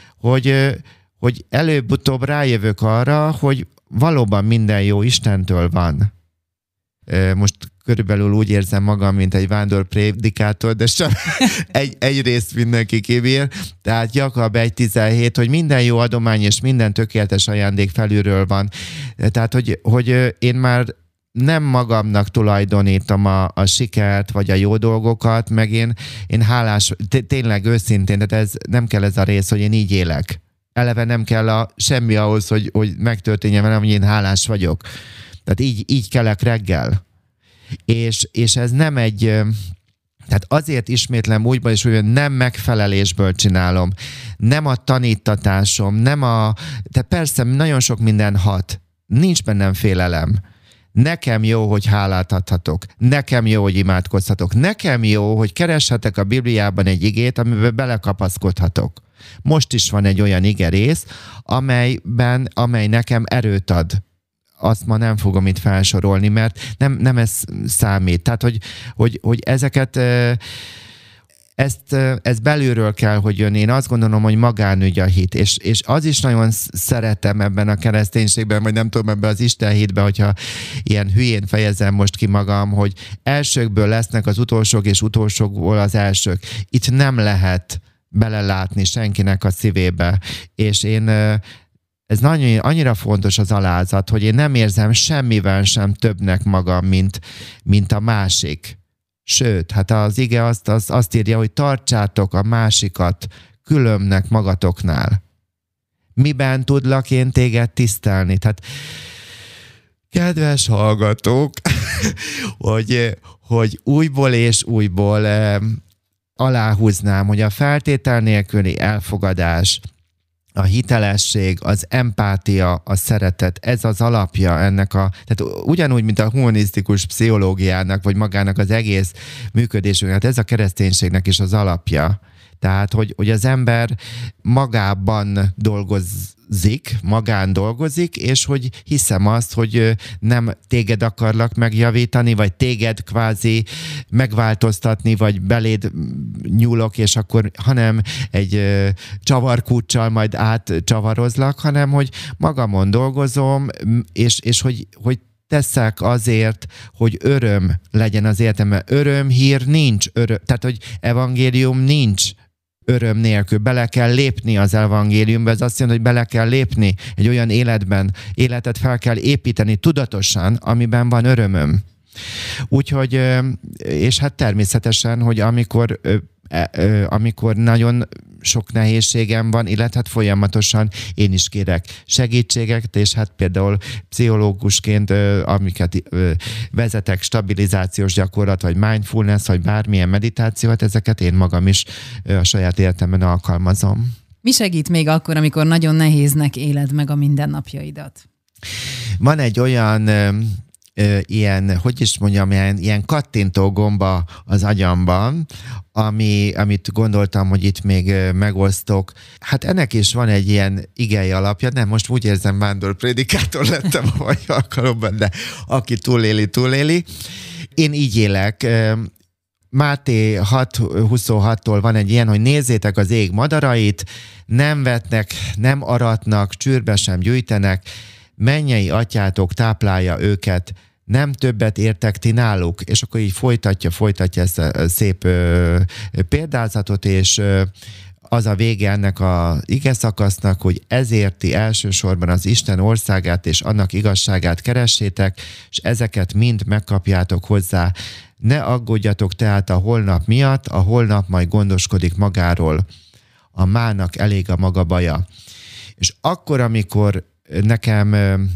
Hogy előbb-utóbb rájövök arra, hogy valóban minden jó Istentől van. Most körülbelül úgy érzem magam, mint egy vándorprédikátor, de sem egy részt mindenki kibír. Tehát Jakab 1.17, hogy minden jó adomány és minden tökéletes ajándék felülről van. Tehát, hogy én már nem magamnak tulajdonítom a sikert, vagy a jó dolgokat, meg én hálás, tényleg őszintén, tehát nem kell ez a rész, hogy én így élek. Eleve nem kell semmi ahhoz, hogy megtörténjen velem, hogy én hálás vagyok. Tehát így kelek reggel. És ez nem tehát azért ismétlem úgyban is, hogy nem megfelelésből csinálom, nem a tanítatásom, de persze nagyon sok minden hat, nincs bennem félelem. Nekem jó, hogy hálát adhatok, nekem jó, hogy imádkozhatok, nekem jó, hogy kereshetek a Bibliában egy igét, amiben belekapaszkodhatok. Most is van egy olyan igerész, amely nekem erőt ad. Azt ma nem fogom itt felsorolni, mert nem ez számít. Tehát, hogy ezeket, ez belülről kell, hogy jön. Én azt gondolom, hogy magánügy a hit. És az is nagyon szeretem ebben a kereszténységben, vagy nem tudom, ebben az Isten hitben, hogyha ilyen hülyén fejezem most ki magam, hogy elsőkből lesznek az utolsók, és utolsókból az elsők. Itt nem lehet belelátni senkinek a szívébe. És ez annyira fontos az alázat, hogy én nem érzem semmivel sem többnek magam, mint a másik. Sőt, hát az ige azt írja, hogy tartsátok a másikat különbnek magatoknál. Miben tudlak én téged tisztelni? Tehát, kedves hallgatók, hogy újból és újból aláhúznám, hogy a feltétel nélküli elfogadás, a hitelesség, az empátia, a szeretet, ez az alapja ennek tehát ugyanúgy, mint a humanisztikus pszichológiának, vagy magának az egész működésünknek, ez a kereszténységnek is az alapja. Tehát, hogy az ember magán dolgozik, és hogy hiszem azt, hogy nem téged akarlak megjavítani, vagy téged kvázi megváltoztatni, vagy beléd nyúlok, és akkor, hanem egy csavarkúccsal majd átcsavarozlak, hanem, hogy magamon dolgozom, és hogy teszek azért, hogy öröm legyen az életemben. Örömhír nincs, tehát, hogy evangélium nincs öröm nélkül. Bele kell lépni az evangéliumba, ez azt jelenti, hogy bele kell lépni egy olyan életet fel kell építeni tudatosan, amiben van örömöm. Úgyhogy, és hát természetesen, hogy amikor nagyon sok nehézségem van, illetve hát folyamatosan én is kérek segítséget, és hát például pszichológusként, amiket vezetek, stabilizációs gyakorlat, vagy mindfulness, vagy bármilyen meditációt, ezeket én magam is a saját életemben alkalmazom. Mi segít még akkor, amikor nagyon nehéznek éled meg a mindennapjaidat? Van egy olyan ilyen, hogy is mondjam, ilyen kattintó gomba az agyamban, amit gondoltam, hogy itt még megosztok. Hát ennek is van egy ilyen igei alapja, nem, most úgy érzem, vándorprédikátor lettem a mai alkalomban, de aki túléli. Én így élek. Máté 6.26-tól van egy ilyen, hogy nézzétek az ég madarait, nem vetnek, nem aratnak, csőrbe sem gyűjtenek, mennyei atyátok táplálja őket, nem többet értek ti náluk, és akkor így folytatja ezt a szép példázatot, és az a vége ennek az ige szakasznak, hogy ezért ti elsősorban az Isten országát és annak igazságát keressétek, és ezeket mind megkapjátok hozzá. Ne aggódjatok tehát a holnap miatt, a holnap majd gondoskodik magáról. A mának elég a maga baja. És akkor, amikor nekem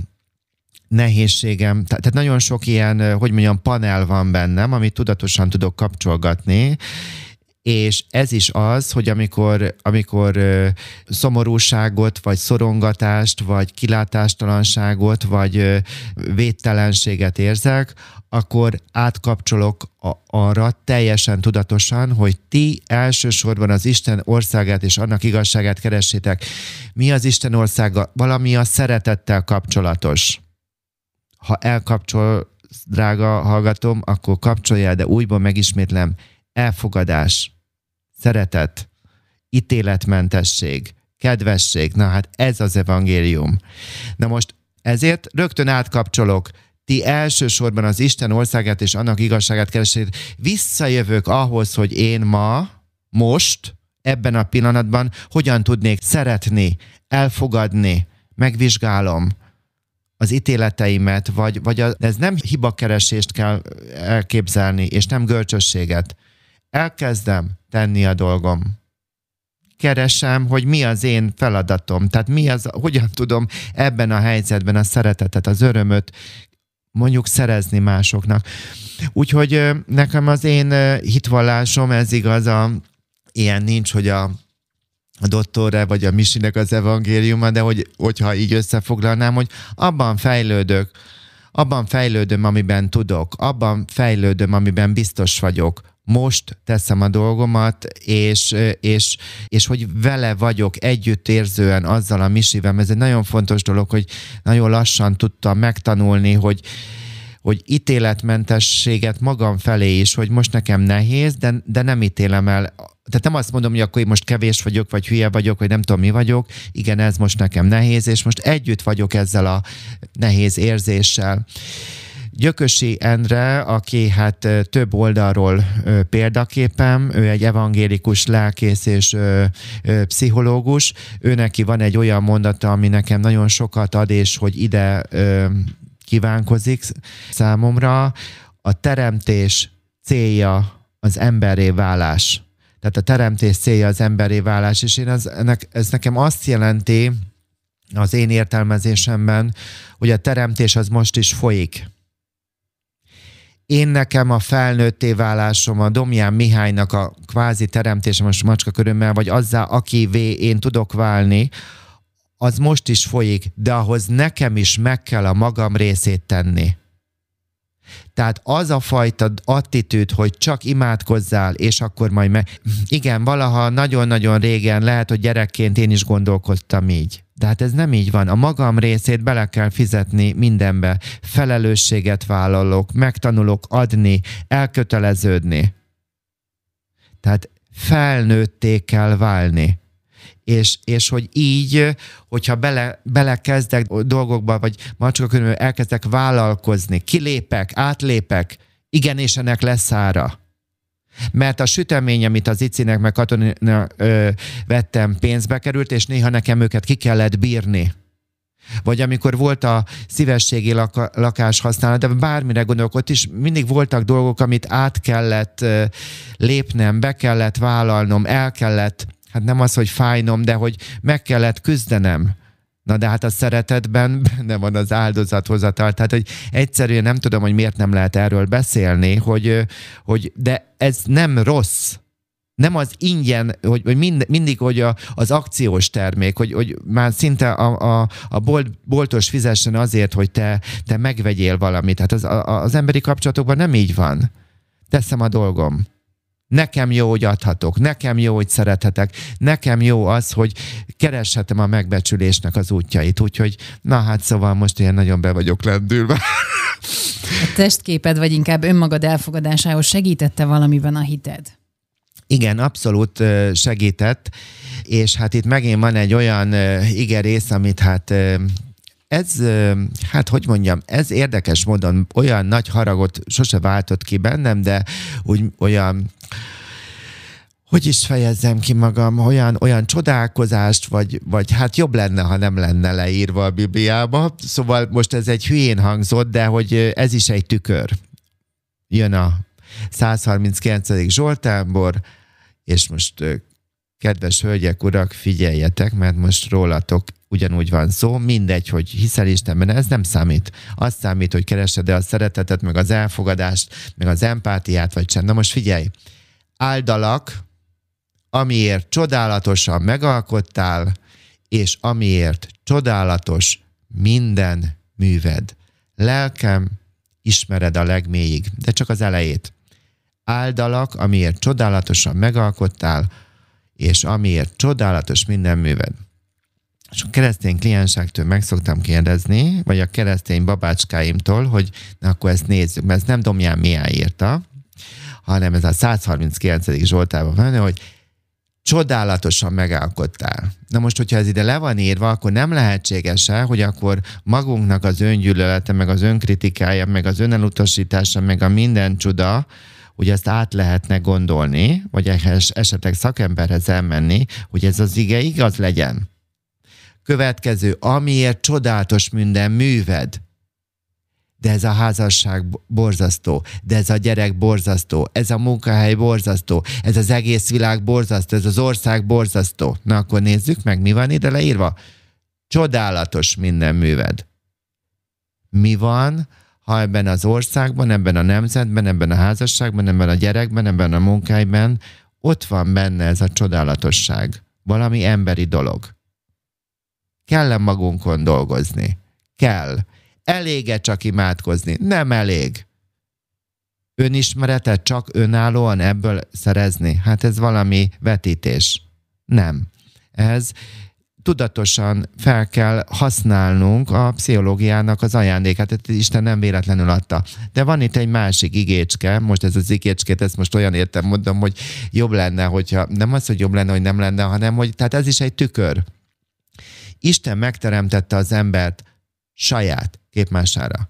nehézségem, tehát nagyon sok ilyen, hogy mondjam, panel van bennem, amit tudatosan tudok kapcsolgatni, és ez is az, hogy amikor szomorúságot, vagy szorongatást, vagy kilátástalanságot, vagy védtelenséget érzek, akkor átkapcsolok arra teljesen tudatosan, hogy ti elsősorban az Isten országát és annak igazságát keressétek. Mi az Isten országa? Valami a szeretettel kapcsolatos. Ha elkapcsol, drága hallgatom, akkor kapcsolja el, de újból megismétlem, elfogadás, szeretet, ítéletmentesség, kedvesség, na hát ez az evangélium. Na most ezért rögtön átkapcsolok, ti elsősorban az Isten országát és annak igazságát keressétek. Visszajövök ahhoz, hogy én most, ebben a pillanatban hogyan tudnék szeretni, elfogadni, megvizsgálom az ítéleteimet, ez nem hibakeresést kell elképzelni, és nem görcsösséget. Elkezdem tenni a dolgom. Keresem, hogy mi az én feladatom, tehát hogyan tudom ebben a helyzetben a szeretetet, az örömöt mondjuk szerezni másoknak. Úgyhogy nekem az én hitvallásom, ez igaz, ilyen nincs, hogy a Dottorre vagy a Misinek az evangéliuma, de hogyha így összefoglalnám, hogy abban fejlődöm, amiben tudok, abban fejlődöm, amiben biztos vagyok. Most teszem a dolgomat, és hogy vele vagyok együttérzően azzal a Misivel. Ez egy nagyon fontos dolog, hogy nagyon lassan tudtam megtanulni, hogy ítéletmentességet magam felé is, hogy most nekem nehéz, de nem ítélem el. Tehát nem azt mondom, hogy akkor én most kevés vagyok, vagy hülye vagyok, vagy nem tudom mi vagyok. Igen, ez most nekem nehéz, és most együtt vagyok ezzel a nehéz érzéssel. Gyökösi Endre, aki hát több oldalról példaképem, ő egy evangélikus lelkész és pszichológus. Ő neki van egy olyan mondata, ami nekem nagyon sokat ad, és hogy ide kívánkozik számomra. A teremtés célja az emberré válás. Tehát a teremtés célja az emberré válás, és ez nekem azt jelenti az én értelmezésemben, hogy a teremtés az most is folyik. Én nekem a felnőtté válásom, a Domján Mihálynak a kvázi teremtésem, most macskakörömmel, vagy azzá, akivé én tudok válni, az most is folyik, de ahhoz nekem is meg kell a magam részét tenni. Tehát az a fajta attitűd, hogy csak imádkozzál, és akkor majd igen, valaha nagyon-nagyon régen, lehet, hogy gyerekként én is gondolkodtam így. De hát ez nem így van. A magam részét bele kell fizetni mindenbe. Felelősséget vállalok, megtanulok adni, elköteleződni. Tehát felnőtté kell válni. És hogy így, hogyha belekezdek dolgokba, vagy macskakörülbelül elkezdek vállalkozni, kilépek, átlépek, igen, és ennek lesz ára. Mert a sütemény, amit az Icinek meg Katonina vettem, pénzbe került, és néha nekem őket ki kellett bírni. Vagy amikor volt a szívességi lakás használat, de bármire gondolok, ott is mindig voltak dolgok, amit át kellett lépnem, be kellett vállalnom, el kellett, hát nem az, hogy fájnom, de hogy meg kellett küzdenem. Na de hát a szeretetben benne van az áldozathozatal. Tehát, hogy egyszerűen nem tudom, hogy miért nem lehet erről beszélni, de ez nem rossz. Nem az ingyen, hogy mindig hogy az akciós termék, hogy már szinte a boltos fizessen azért, hogy te megvegyél valamit. Hát az emberi kapcsolatokban nem így van. Teszem a dolgom. Nekem jó, hogy adhatok. Nekem jó, hogy szerethetek. Nekem jó az, hogy kereshetem a megbecsülésnek az útjait. Úgyhogy, na hát szóval most ilyen nagyon be vagyok lendülve. A testképed, vagy inkább önmagad elfogadásához segítette valamiben a hited? Igen, abszolút segített, és hát itt megint van egy olyan igerész, amit ez érdekes módon olyan nagy haragot sose váltott ki bennem, de úgy olyan, hogy is fejezzem ki magam, olyan csodálkozást, vagy hát jobb lenne, ha nem lenne leírva a Bibliába. Szóval most ez egy hülyén hangzott, de hogy ez is egy tükör. Jön a 139. Zsoltárból, és most kedves hölgyek, urak, figyeljetek, mert most rólatok ugyanúgy van szó, mindegy, hogy hiszel Istenben, ez nem számít. Az számít, hogy keresed-e a szeretetet, meg az elfogadást, meg az empátiát, vagy sem. Na most figyelj, áldalak, amiért csodálatosan megalkottál, és amiért csodálatos minden műved. Lelkem, ismered a legmélyig, de csak az elejét. Áldalak, amiért csodálatosan megalkottál, és amiért csodálatos minden műved. És a keresztény kliensektől meg szoktam kérdezni, vagy a keresztény babácskáimtól, hogy na akkor ezt nézzük, mert ez nem Domján Mihály írta, hanem ez a 139. Zsoltárban van, hogy csodálatosan megalkottál. Na most, hogyha ez ide le van írva, akkor nem lehetséges-e, hogy akkor magunknak az öngyűlölete, meg az önkritikája, meg az önelutasítása, meg a minden csuda, hogy ezt át lehetne gondolni, vagy esetleg szakemberhez elmenni, hogy ez az ige igaz legyen. Következő, amiért csodálatos minden műved. De ez a házasság borzasztó, de ez a gyerek borzasztó, ez a munkahely borzasztó, ez az egész világ borzasztó, ez az ország borzasztó. Na akkor nézzük meg, mi van ide leírva. Csodálatos minden műved. Mi van, ha ebben az országban, ebben a nemzetben, ebben a házasságban, ebben a gyerekben, ebben a munkájban ott van benne ez a csodálatosság. Valami emberi dolog. Kell magunkon dolgozni? Kell. Elég-e csak imádkozni? Nem elég. Önismeretet csak önállóan ebből szerezni? Hát ez valami vetítés. Nem. Ez tudatosan fel kell használnunk a pszichológiának az ajándékát, Isten nem véletlenül adta. De van itt egy másik igécske, most ez az igécskét, ezt most olyan értem mondom, hogy jobb lenne, hogyha, nem az, hogy jobb lenne, hogy nem lenne, hanem, hogy tehát ez is egy tükör. Isten megteremtette az embert saját képmására.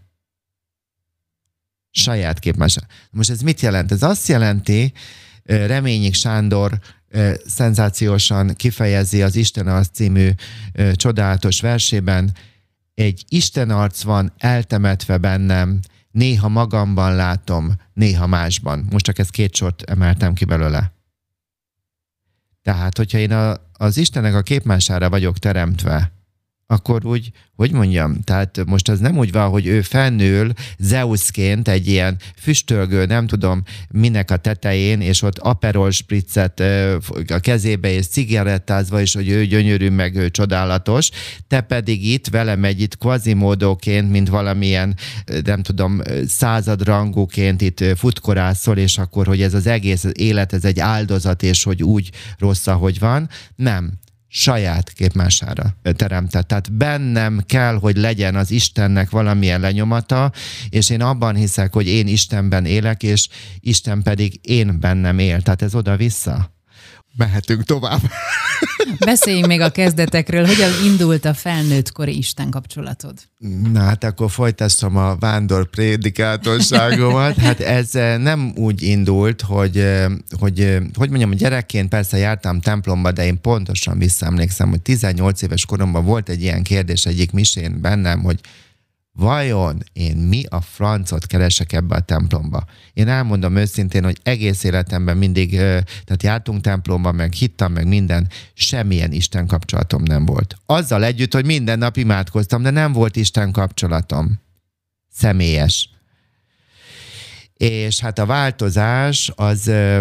Saját képmására. Most ez mit jelent? Ez azt jelenti, Reményik Sándor szenzációsan kifejezi az Isten arc című csodálatos versében, egy Isten arc van eltemetve bennem, néha magamban látom, néha másban. Most csak ezt 2 sort emeltem ki belőle. Tehát, hogyha én az Istennek a képmására vagyok teremtve, akkor úgy, hogy mondjam, tehát most az nem úgy van, hogy ő felnől Zeusként egy ilyen füstölgő, nem tudom minek a tetején, és ott Aperol spritzet a kezébe, és cigarettázva, és hogy ő gyönyörű, meg ő csodálatos, te pedig itt velem itt quasimodoként, mint valamilyen, nem tudom, századrangúként itt futkorászol, és akkor, hogy ez az egész élet, ez egy áldozat, és hogy úgy rossz, ahogy van. Nem. Saját képmására teremtett. Tehát bennem kell, hogy legyen az Istennek valamilyen lenyomata, és én abban hiszek, hogy én Istenben élek, és Isten pedig én bennem él. Tehát ez oda-vissza. Mehetünk tovább. Beszéljünk még a kezdetekről. Hogyan indult a felnőttkori Isten kapcsolatod? Na hát akkor folytassam a vándor prédikátorságomat. Hát ez nem úgy indult, hogy mondjam, gyerekként persze jártam templomba, de én pontosan visszaemlékszem, hogy 18 éves koromban volt egy ilyen kérdés egyik misén bennem, hogy vajon én mi a francot keresek ebbe a templomba? Én elmondom őszintén, hogy egész életemben mindig, tehát jártunk templomba, meg hittem, meg minden, semmilyen Isten kapcsolatom nem volt. Azzal együtt, hogy minden nap imádkoztam, de nem volt Isten kapcsolatom. Személyes. És hát a változás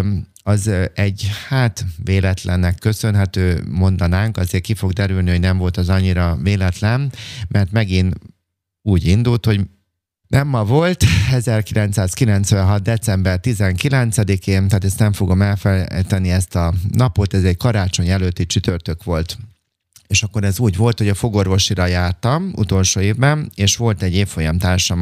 az egy, véletlennek köszönhető, mondanánk, azért ki fog derülni, hogy nem volt az annyira véletlen, mert megint úgy indult, hogy nem ma volt, 1996. december 19-én, tehát ezt nem fogom elfelejteni ezt a napot, ez egy karácsony előtti csütörtök volt. És akkor ez úgy volt, hogy a fogorvosira jártam utolsó évben, és volt egy évfolyamtársam,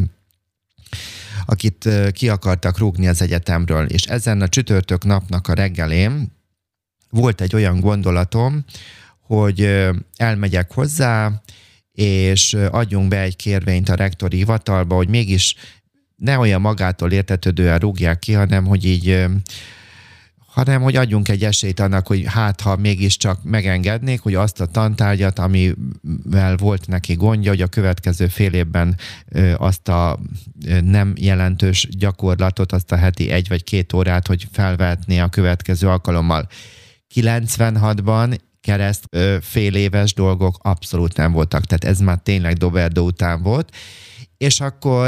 akit ki akartak rúgni az egyetemről. És ezen a csütörtök napnak a reggelén volt egy olyan gondolatom, hogy elmegyek hozzá, és adjunk be egy kérvényt a rektori hivatalba, hogy mégis ne olyan magától értetődően rúgják ki, hanem hogy adjunk egy esélyt annak, hogy ha mégiscsak megengednék, hogy azt a tantárgyat, amivel volt neki gondja, hogy a következő fél évben azt a nem jelentős gyakorlatot, azt a heti 1 vagy 2 órát, hogy felvehetné a következő alkalommal. 96-ban fél éves dolgok abszolút nem voltak, tehát ez már tényleg Doberdó után volt, és akkor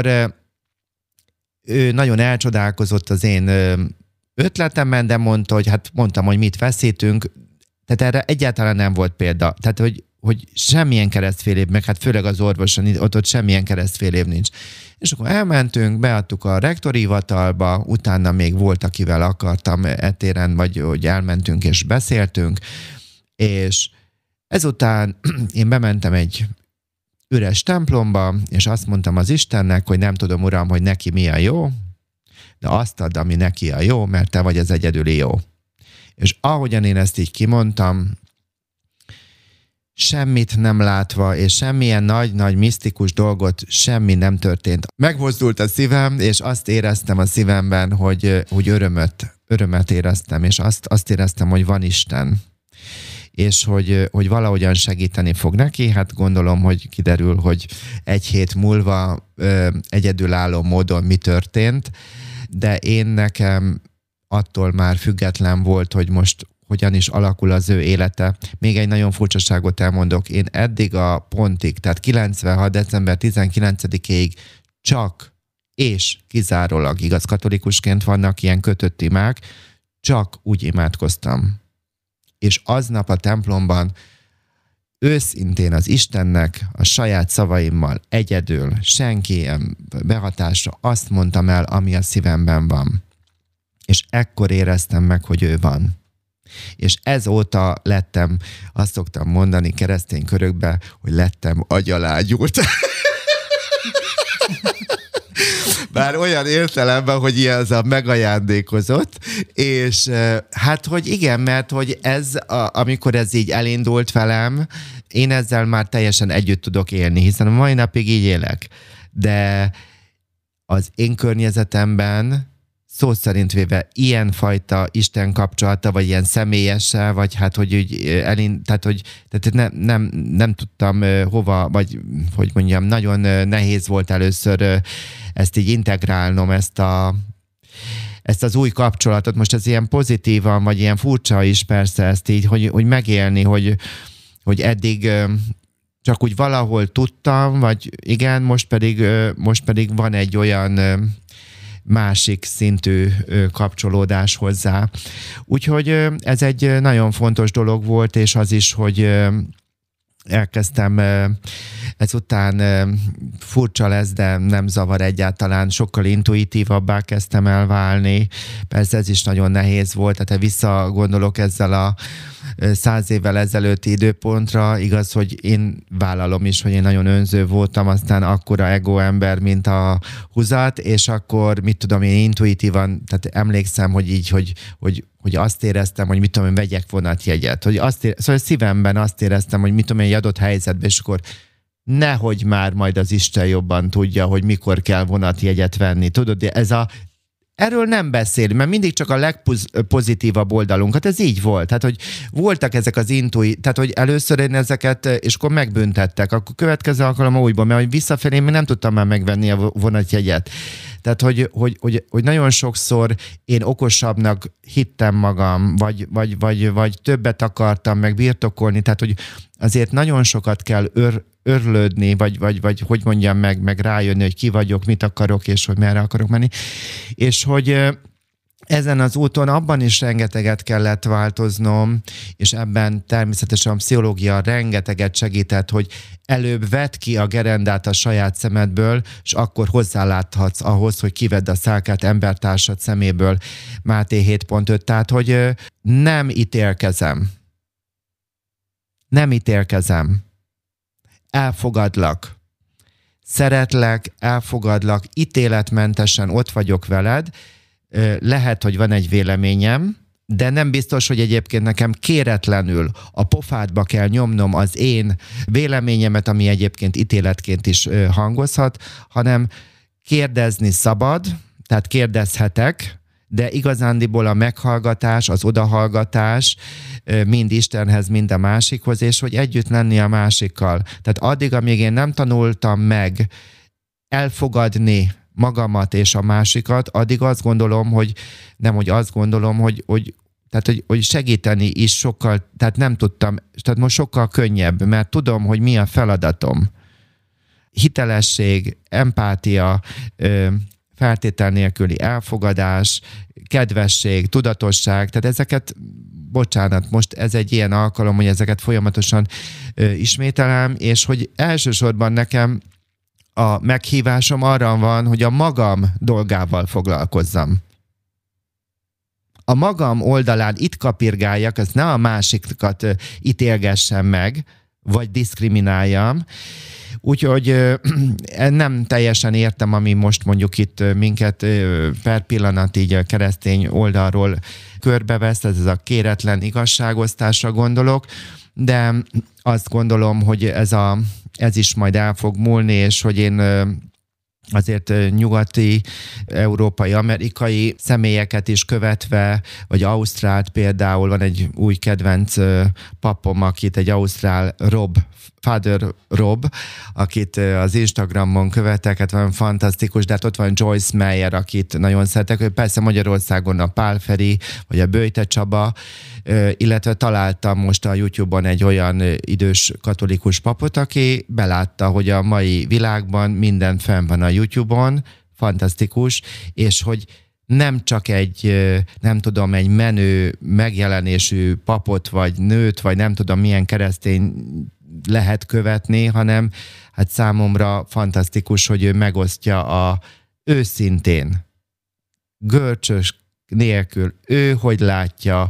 ő nagyon elcsodálkozott az én ötletemben, de mondta, hogy mondtam, hogy mit veszítünk, tehát erre egyáltalán nem volt példa, tehát hogy semmilyen keresztfél év, meg főleg az orvoson, ott semmilyen keresztfél év nincs. És akkor elmentünk, beadtuk a rektori hivatalba, utána még volt, akivel akartam etéren, vagy hogy elmentünk és beszéltünk, és ezután én bementem egy üres templomba, és azt mondtam az Istennek, hogy nem tudom, Uram, hogy neki mi a jó, de azt add, ami neki a jó, mert te vagy az egyedüli jó. És ahogyan én ezt így kimondtam, semmit nem látva, és semmilyen nagy-nagy misztikus dolgot, semmi nem történt. Megmozdult a szívem, és azt éreztem a szívemben, hogy örömet éreztem, és azt éreztem, hogy van Isten. És hogy valahogyan segíteni fog neki, gondolom, hogy kiderül, hogy 1 hét múlva egyedülálló módon mi történt, de én nekem attól már független volt, hogy most hogyan is alakul az ő élete. Még egy nagyon furcsaságot elmondok, én eddig a pontig, tehát 96. december 19-ig csak és kizárólag, igaz, katolikusként vannak ilyen kötött imák, csak úgy imádkoztam. És aznap a templomban őszintén az Istennek a saját szavaimmal egyedül, senki ilyen behatásra azt mondtam el, ami a szívemben van. És ekkor éreztem meg, hogy ő van. És ezóta lettem, azt szoktam mondani keresztény körökbe, hogy lettem agyalágyult. Bár olyan értelemben, hogy ilyen az a megajándékozott, és hogy igen, mert hogy amikor ez így elindult velem, én ezzel már teljesen együtt tudok élni, hiszen a mai napig így élek. De az én környezetemben szó szerint véve ilyenfajta Isten kapcsolata, vagy ilyen személyessel, vagy hogy úgy tehát nem tudtam hova, vagy hogy mondjam, nagyon nehéz volt először ezt így integrálnom, ezt az új kapcsolatot. Most ez ilyen pozitívan, vagy ilyen furcsa is persze ezt így, hogy megélni, hogy eddig csak úgy valahol tudtam, vagy igen, most pedig van egy olyan másik szintű kapcsolódás hozzá. Úgyhogy ez egy nagyon fontos dolog volt, és az is, hogy elkezdtem, ezután furcsa lesz, de nem zavar egyáltalán, sokkal intuitívabbá kezdtem el válni. Persze ez is nagyon nehéz volt, tehát visszagondolok ezzel a 100 évvel ezelőtti időpontra, igaz, hogy én vállalom is, hogy én nagyon önző voltam, aztán akkora ego ember, mint a húzat, és akkor, mit tudom én, intuitívan, tehát emlékszem, hogy így, hogy azt éreztem, hogy mit tudom én, vegyek vonatjegyet. Szóval szívemben azt éreztem, hogy mit tudom én, egy adott helyzetben, és akkor nehogy már majd az Isten jobban tudja, hogy mikor kell vonatjegyet venni. Tudod, erről nem beszél, mert mindig csak a legpozitívabb oldalunkat, ez így volt. Tehát, hogy voltak ezek az tehát, hogy először én ezeket, és akkor megbüntettek, akkor következő alkalommal újból, mert hogy visszafelé én nem tudtam már megvenni a vonatjegyet. Tehát, hogy nagyon sokszor én okosabbnak hittem magam, vagy többet akartam meg birtokolni, tehát, hogy azért nagyon sokat kell örlődni, vagy hogy mondjam meg rájönni, hogy ki vagyok, mit akarok, és hogy merre akarok menni. És hogy ezen az úton abban is rengeteget kellett változnom, és ebben természetesen a pszichológia rengeteget segített, hogy előbb vedd ki a gerendát a saját szemedből, és akkor hozzáláthatsz ahhoz, hogy kivedd a szálkát embertársad szeméből. Máté 7.5. Tehát, hogy nem ítélkezem. Nem ítélkezem. Elfogadlak. Szeretlek, elfogadlak, ítéletmentesen ott vagyok veled. Lehet, hogy van egy véleményem, de nem biztos, hogy egyébként nekem kéretlenül a pofádba kell nyomnom az én véleményemet, ami egyébként ítéletként is hangozhat, hanem kérdezni szabad, tehát kérdezhetek, de igazándiból a meghallgatás, az odahallgatás mind Istenhez, mind a másikhoz, és hogy együtt lenni a másikkal. Tehát addig, amíg én nem tanultam meg elfogadni magamat és a másikat, addig azt gondolom, hogy segíteni is sokkal, tehát nem tudtam, tehát most sokkal könnyebb, mert tudom, hogy mi a feladatom. Hitelesség, empátia, feltétel nélküli elfogadás, kedvesség, tudatosság, tehát ezeket, bocsánat, most ez egy ilyen alkalom, hogy ezeket folyamatosan ismételem, és hogy elsősorban nekem a meghívásom arra van, hogy a magam dolgával foglalkozzam. A magam oldalán itt kapirgáljak, az ne a másikat ítélgessem meg, vagy diszkrimináljam. Úgyhogy nem teljesen értem, ami most mondjuk itt minket per pillanat így a keresztény oldalról körbevesz, ez a kéretlen igazságosztásra gondolok, de azt gondolom, hogy ez is majd el fog múlni, és hogy én azért nyugati, európai, amerikai személyeket is követve, vagy ausztrált például, van egy új kedvenc papom, akit egy ausztrál Father Rob, akit az Instagramon követek, hát van fantasztikus, de hát ott van Joyce Meyer, akit nagyon szeretek, persze Magyarországon a Pál Feri, vagy a Böjte Csaba, illetve találtam most a YouTube-on egy olyan idős katolikus papot, aki belátta, hogy a mai világban minden fenn van a YouTube-on, fantasztikus, és hogy nem csak egy menő megjelenésű papot, vagy nőt, vagy nem tudom milyen keresztény lehet követni, hanem hát számomra fantasztikus, hogy ő megosztja őszintén, görcsös nélkül, ő hogy látja.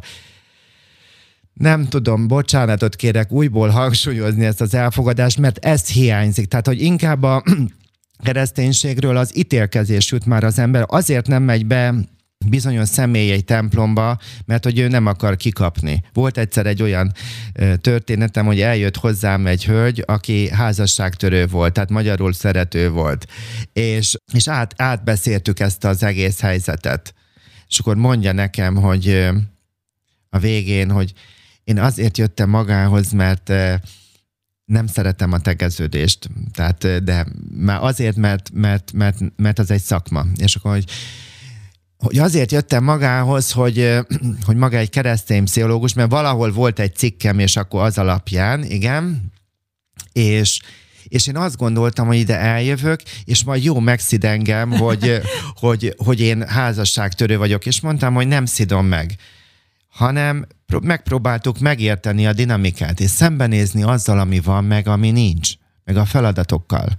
Nem tudom, bocsánatot kérek újból hangsúlyozni ezt az elfogadást, mert ez hiányzik. Tehát, hogy inkább a kereszténységről az ítélkezés jut már az ember, azért nem megy be bizonyos személy egy templomba, mert hogy ő nem akar kikapni. Volt egyszer egy olyan történetem, hogy eljött hozzám egy hölgy, aki házasságtörő volt, tehát magyarul szerető volt. És átbeszéltük ezt az egész helyzetet. És akkor mondja nekem, hogy a végén, hogy én azért jöttem magához, mert nem szeretem a tegeződést. Tehát, de már azért, mert az egy szakma. És akkor, hogy azért jöttem magához, hogy maga egy keresztény pszichológus, mert valahol volt egy cikkem, és akkor az alapján, igen, és én azt gondoltam, hogy ide eljövök, és majd jó megszid engem, hogy én házasságtörő vagyok, és mondtam, hogy nem szidom meg, hanem megpróbáltuk megérteni a dinamikát, és szembenézni azzal, ami van, meg ami nincs, meg a feladatokkal.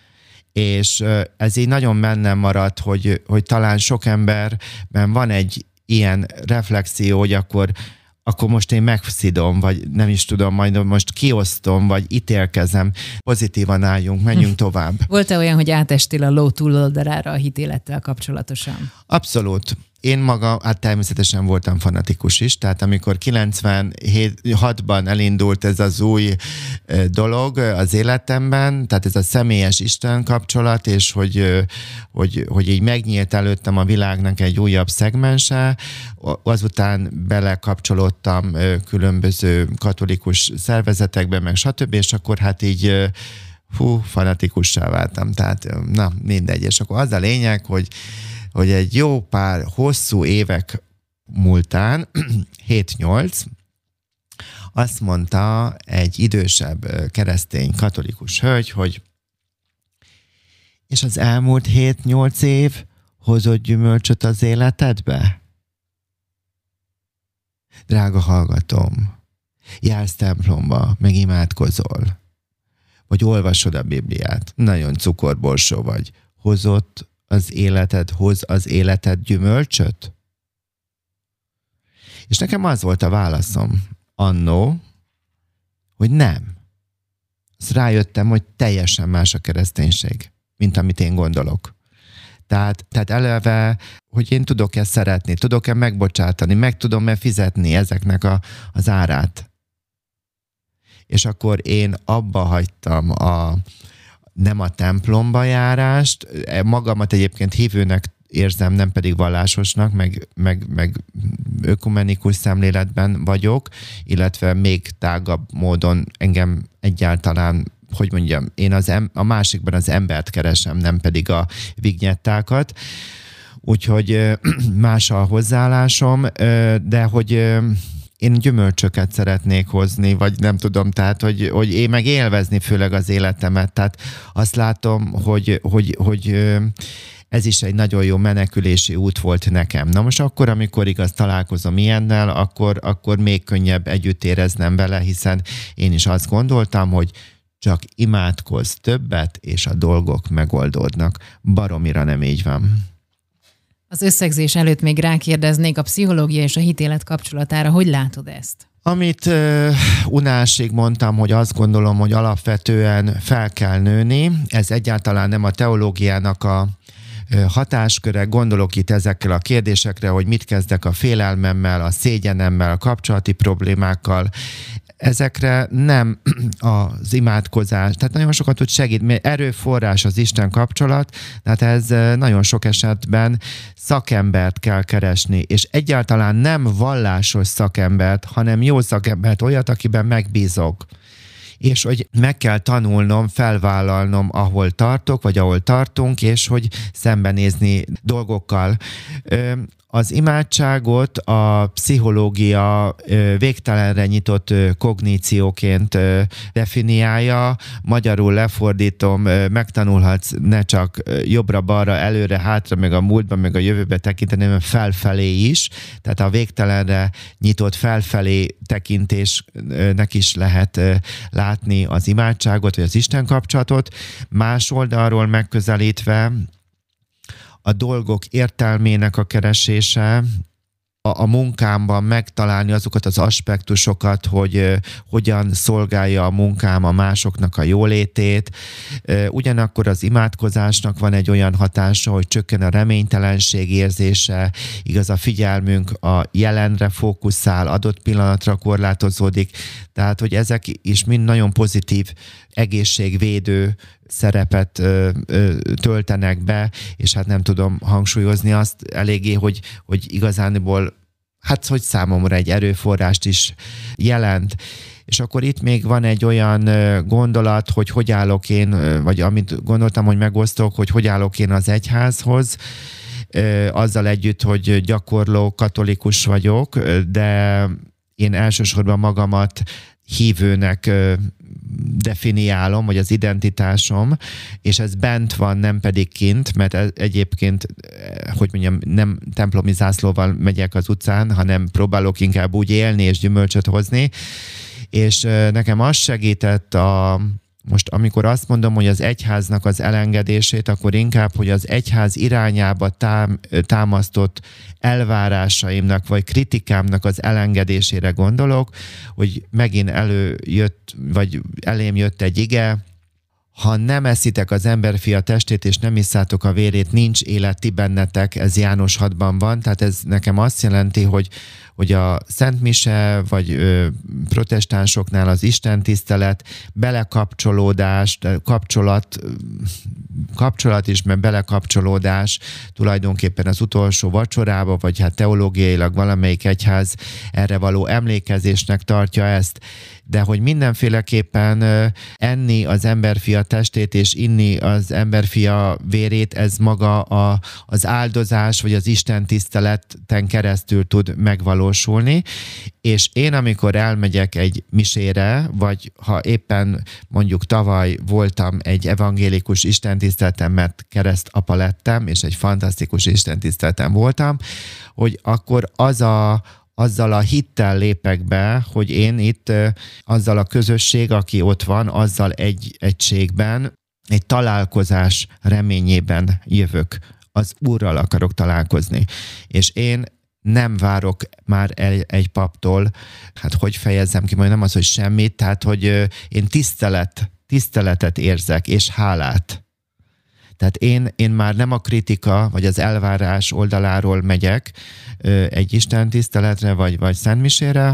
És ez így nagyon bennem maradt, hogy talán sok emberben van egy ilyen reflexió, hogy akkor most én megszidom, vagy nem is tudom, majd most kiosztom, vagy ítélkezem. Pozitívan álljunk, menjünk tovább. Volt-e olyan, hogy átestél a ló túloldalára a hitélettel kapcsolatosan? Abszolút. Én maga, hát természetesen voltam fanatikus is, tehát amikor 96-ban elindult ez az új dolog az életemben, tehát ez a személyes Isten kapcsolat, és hogy így megnyílt előttem a világnak egy újabb szegmense, azután belekapcsolódtam különböző katolikus szervezetekbe, meg stb., és akkor hát így fanatikussá váltam, tehát na mindegy, és akkor az a lényeg, hogy egy jó pár hosszú évek múltán, 7-8, azt mondta egy idősebb keresztény katolikus hölgy, hogy és az elmúlt 7-8 év hozott gyümölcsöt az életedbe? Drága hallgatom, jársz templomba, meg imádkozol, vagy olvasod a Bibliát, nagyon cukorborsó vagy. Hoz az életed gyümölcsöt? És nekem az volt a válaszom annó, hogy nem. Azt rájöttem, hogy teljesen más a kereszténység, mint amit én gondolok. Tehát eleve, hogy én tudok-e szeretni, tudok-e megbocsátani, meg tudom-e fizetni ezeknek az árát. És akkor én abba hagytam nem a templomba járást, magamat egyébként hívőnek érzem, nem pedig vallásosnak, meg ökumenikus szemléletben vagyok, illetve még tágabb módon engem egyáltalán, hogy mondjam, én a másikban az embert keresem, nem pedig a vignettákat. Úgyhogy más a hozzáállásom, de hogy én gyümölcsöket szeretnék hozni, vagy nem tudom, tehát, hogy én meg élvezni főleg az életemet. Tehát azt látom, hogy ez is egy nagyon jó menekülési út volt nekem. Na most akkor, amikor igaz találkozom ilyennel, akkor még könnyebb együtt éreznem vele, hiszen én is azt gondoltam, hogy csak imádkozz többet, és a dolgok megoldódnak. Baromira nem így van. Az összegzés előtt még rákérdeznék a pszichológia és a hitélet kapcsolatára. Hogy látod ezt? Amit unásig mondtam, hogy azt gondolom, hogy alapvetően fel kell nőni, ez egyáltalán nem a teológiának a hatásköre, gondolok itt ezekkel a kérdésekre, hogy mit kezdek a félelmemmel, a szégyenemmel, a kapcsolati problémákkal. Ezekre nem az imádkozás, tehát nagyon sokat tud segíteni, mert erőforrás az Isten kapcsolat, tehát ez nagyon sok esetben szakembert kell keresni, és egyáltalán nem vallásos szakembert, hanem jó szakembert, olyat, akiben megbízok. És hogy meg kell tanulnom, felvállalnom, ahol tartok, vagy ahol tartunk, és hogy szembenézni dolgokkal. Az imádságot a pszichológia végtelenre nyitott kognícióként definiálja, magyarul lefordítom, megtanulhatsz ne csak jobbra-balra, előre, hátra, meg a múltba, meg a jövőbe tekinteni, hanem felfelé is. Tehát a végtelenre nyitott felfelé tekintésnek is lehet látni az imádságot, vagy az Isten kapcsolatot. Más oldalról megközelítve a dolgok értelmének a keresése, a munkámban megtalálni azokat az aspektusokat, hogy hogyan szolgálja a munkám a másoknak a jólétét. Ugyanakkor az imádkozásnak van egy olyan hatása, hogy csökken a reménytelenség érzése, igaz, a figyelmünk a jelenre fókuszál, adott pillanatra korlátozódik, tehát hogy ezek is mind nagyon pozitív egészségvédő szerepet töltenek be, és hát nem tudom hangsúlyozni azt eléggé, hogy igazániból, hát hogy számomra egy erőforrást is jelent. És akkor itt még van egy olyan gondolat, hogy állok én, vagy amit gondoltam, hogy megosztok, hogy állok én az egyházhoz, azzal együtt, hogy gyakorló katolikus vagyok, de én elsősorban magamat hívőnek definiálom, vagy az identitásom, és ez bent van, nem pedig kint, mert egyébként, hogy mondjam, nem templomi zászlóval megyek az utcán, hanem próbálok inkább úgy élni és gyümölcsöt hozni, és nekem az segített most amikor azt mondom, hogy az egyháznak az elengedését, akkor inkább, hogy az egyház irányába támasztott elvárásaimnak, vagy kritikámnak az elengedésére gondolok, hogy megint elém jött egy ige, ha nem eszitek az emberfia testét, és nem isszátok a vérét, nincs élet ti bennetek, ez János 6-ban van, tehát ez nekem azt jelenti, hogy a Szent Mise, vagy protestánsoknál az istentisztelet, belekapcsolódás, kapcsolat is, mert belekapcsolódás tulajdonképpen az utolsó vacsorába, vagy hát teológiailag valamelyik egyház erre való emlékezésnek tartja ezt, de hogy mindenféleképpen enni az emberfia testét és inni az emberfia vérét, ez maga az áldozás, vagy az Isten tiszteleten keresztül tud megvalósulni, és én amikor elmegyek egy misére, vagy ha éppen mondjuk tavaly voltam egy evangélikus istentiszteleten, mert keresztapa lettem, és egy fantasztikus istentiszteleten voltam, hogy akkor azzal a hittel lépek be, hogy én itt azzal a közösség, aki ott van, azzal egy egységben, egy találkozás reményében jövök. Az Úrral akarok találkozni. És én nem várok már egy paptól, hát hogy fejezzem ki, majd nem az, hogy semmit, tehát hogy én tiszteletet érzek, és hálát. Tehát én már nem a kritika, vagy az elvárás oldaláról megyek egy Isten tiszteletre, vagy szentmisére,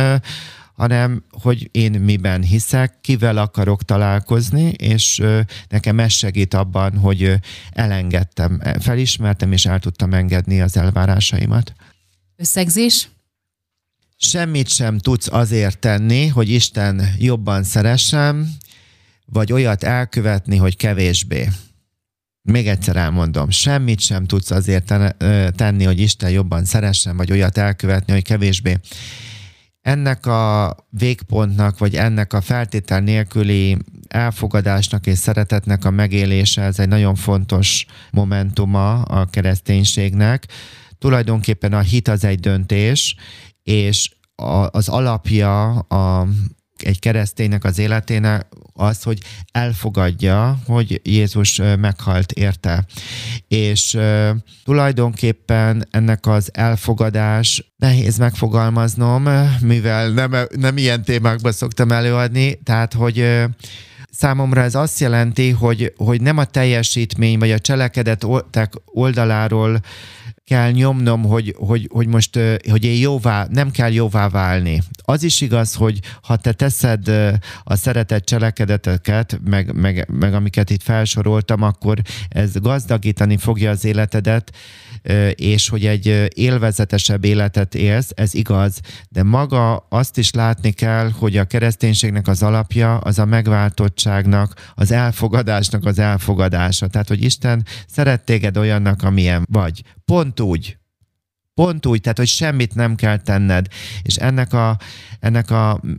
hanem hogy én miben hiszek, kivel akarok találkozni, és nekem ez segít abban, hogy elengedtem, felismertem, és el tudtam engedni az elvárásaimat. Összegzés? Semmit sem tudsz azért tenni, hogy Isten jobban szeressem, vagy olyat elkövetni, hogy kevésbé. Még egyszer elmondom, semmit sem tudsz azért tenni, hogy Isten jobban szeressen, vagy olyat elkövetni, hogy kevésbé. Ennek a végpontnak, vagy ennek a feltétel nélküli elfogadásnak és szeretetnek a megélése, ez egy nagyon fontos momentuma a kereszténységnek. Tulajdonképpen a hit az egy döntés, és az alapja egy kereszténynek az életének az, hogy elfogadja, hogy Jézus meghalt érte. És tulajdonképpen ennek az elfogadás nehéz megfogalmaznom, mivel nem ilyen témákban szoktam előadni, tehát hogy számomra ez azt jelenti, hogy nem a teljesítmény vagy a cselekedetek oldaláról kell nyomnom, hogy most hogy én nem kell jóvá válni. Az is igaz, hogy ha te teszed a szeretett cselekedeteket, meg amiket itt felsoroltam, akkor ez gazdagítani fogja az életedet, és hogy egy élvezetesebb életet élsz, ez igaz, de maga azt is látni kell, hogy a kereszténységnek az alapja az a megváltottságnak, az elfogadásnak az elfogadása. Tehát, hogy Isten szeret téged olyannak, amilyen vagy. Pont úgy, tehát, hogy semmit nem kell tenned. És ennek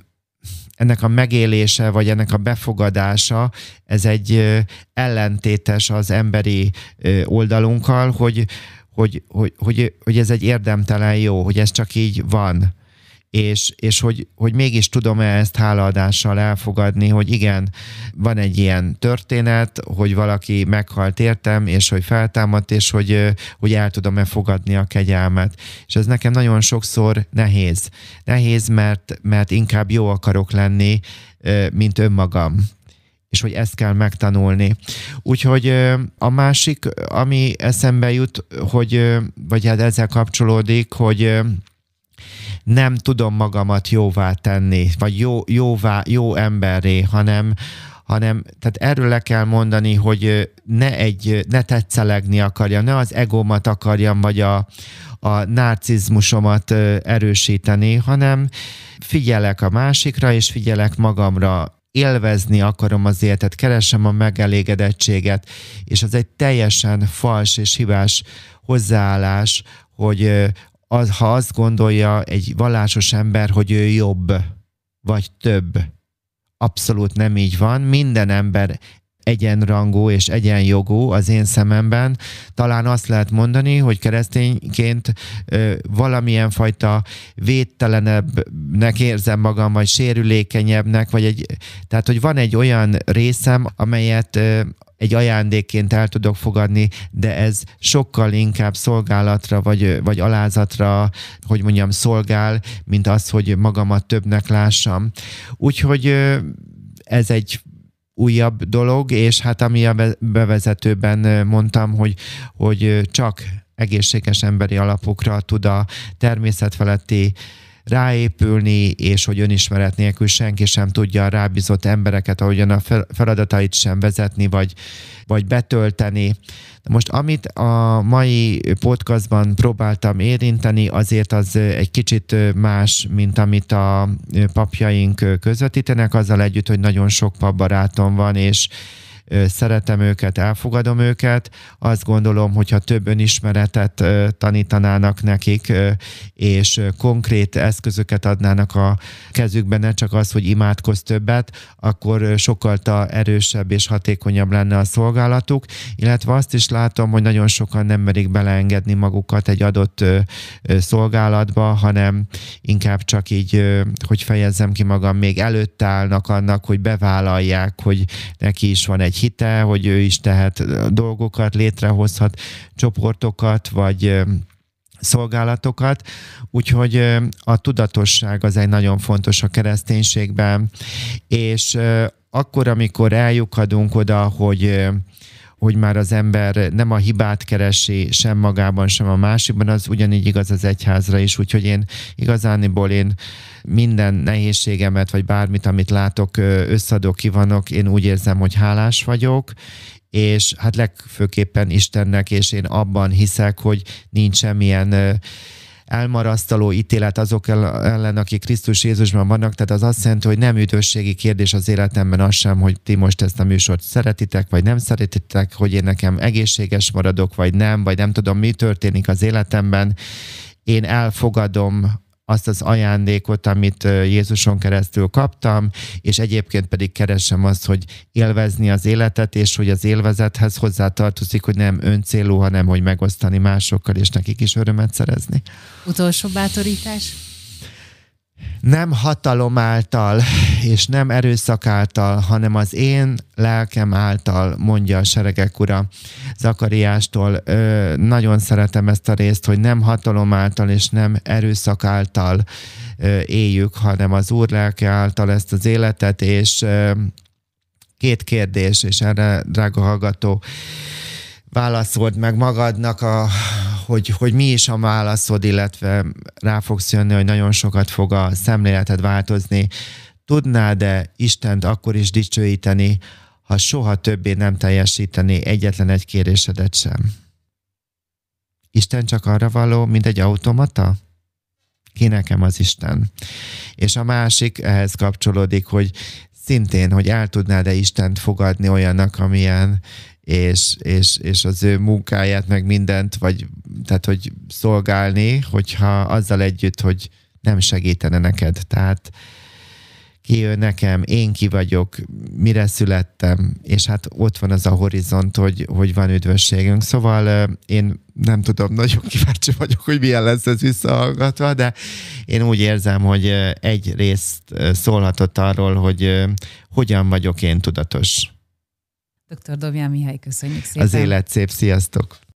a megélése, vagy ennek a befogadása, ez egy ellentétes az emberi oldalunkkal, hogy ez egy érdemtelen jó, hogy ez csak így van. És hogy mégis tudom-e ezt hálaadással elfogadni, hogy igen, van egy ilyen történet, hogy valaki meghalt értem, és hogy feltámadt, és hogy el tudom-e fogadni a kegyelmet. És ez nekem nagyon sokszor nehéz. Nehéz, mert inkább jó akarok lenni, mint önmagam. És hogy ezt kell megtanulni. Úgyhogy a másik, ami eszembe jut, vagy hát ezzel kapcsolódik, hogy nem tudom magamat jóvá tenni, vagy jó emberré, hanem tehát erről le kell mondani, hogy ne tetszelegni akarjam, ne az egómat akarjam, vagy a narcizmusomat erősíteni, hanem figyelek a másikra, és figyelek magamra. Élvezni akarom az életet, keresem a megelégedettséget, és az egy teljesen fals és hibás hozzáállás, hogy ha azt gondolja egy vallásos ember, hogy ő jobb, vagy több. Abszolút nem így van. Minden ember egyenrangú és egyenjogú az én szememben. Talán azt lehet mondani, hogy keresztényként valamilyen fajta védtelenebbnek érzem magam, vagy sérülékenyebbnek, tehát hogy van egy olyan részem, amelyet egy ajándékként el tudok fogadni, de ez sokkal inkább szolgálatra, vagy alázatra, hogy mondjam, szolgál, mint az, hogy magamat többnek lássam. Úgyhogy ez egy újabb dolog, és hát ami a bevezetőben mondtam, hogy csak egészséges emberi alapokra tud a természetfeletti ráépülni, és hogy önismeret nélkül senki sem tudja a rábízott embereket, ahogyan a feladatait sem vezetni, vagy betölteni. Most amit a mai podcastban próbáltam érinteni, azért az egy kicsit más, mint amit a papjaink közvetítenek, azzal együtt, hogy nagyon sok papbarátom van, és szeretem őket, elfogadom őket. Azt gondolom, hogyha több önismeretet tanítanának nekik, és konkrét eszközöket adnának a kezükbe, ne csak az, hogy imádkozz többet, akkor sokkal erősebb és hatékonyabb lenne a szolgálatuk, illetve azt is látom, hogy nagyon sokan nem merik beleengedni magukat egy adott szolgálatba, hanem inkább csak így, hogy fejezzem ki magam, még előtt állnak annak, hogy bevállalják, hogy neki is van egy hite, hogy ő is tehet dolgokat, létrehozhat csoportokat, vagy szolgálatokat, úgyhogy a tudatosság az egy nagyon fontos a kereszténységben, és akkor, amikor eljukadunk oda, hogy már az ember nem a hibát keresi sem magában, sem a másikban, az ugyanígy igaz az egyházra is, úgyhogy én minden nehézségemet, vagy bármit, amit látok, összeadok, kivonok, én úgy érzem, hogy hálás vagyok, és hát legfőképpen Istennek, és én abban hiszek, hogy nincs semmilyen elmarasztaló ítélet azok ellen, akik Krisztus Jézusban vannak, tehát az azt jelenti, hogy nem üdvösségi kérdés az életemben az sem, hogy ti most ezt a műsort szeretitek, vagy nem szeretitek, hogy én nekem egészséges maradok, vagy nem tudom, mi történik az életemben. Én elfogadom azt az ajándékot, amit Jézuson keresztül kaptam, és egyébként pedig keresem azt, hogy élvezni az életet, és hogy az élvezethez hozzátartozik, hogy nem öncélú, hanem hogy megosztani másokkal, és nekik is örömet szerezni. Utolsó bátorítás? Nem hatalom által, és nem erőszak által, hanem az én lelkem által, mondja a seregek ura Zakariástól. Nagyon szeretem ezt a részt, hogy nem hatalom által, és nem erőszak által éljük, hanem az Úr lelke által ezt az életet, és két kérdés, és erre, drága hallgató, válaszold meg magadnak, hogy mi is a válaszod, illetve rá fogsz jönni, hogy nagyon sokat fog a szemléleted változni. Tudnád-e Istent akkor is dicsőíteni, ha soha többé nem teljesíteni egyetlen egy kérésedet sem? Isten csak arra való, mint egy automata? Ki nekem az Isten? És a másik ehhez kapcsolódik, hogy szintén, hogy el tudnád-e Istent fogadni olyannak, amilyen, és az ő munkáját, meg mindent, tehát hogy szolgálni, hogyha azzal együtt, hogy nem segítene neked. Tehát ki ő nekem, én ki vagyok, mire születtem, és hát ott van az a horizont, hogy van üdvösségünk. Szóval én nem tudom, nagyon kíváncsi vagyok, hogy milyen lesz ez visszahallgatva, de én úgy érzem, hogy egy részt szólhatott arról, hogy hogyan vagyok én tudatos. Dr. Dobyán Mihály, köszönjük szépen. Az élet szép, sziasztok!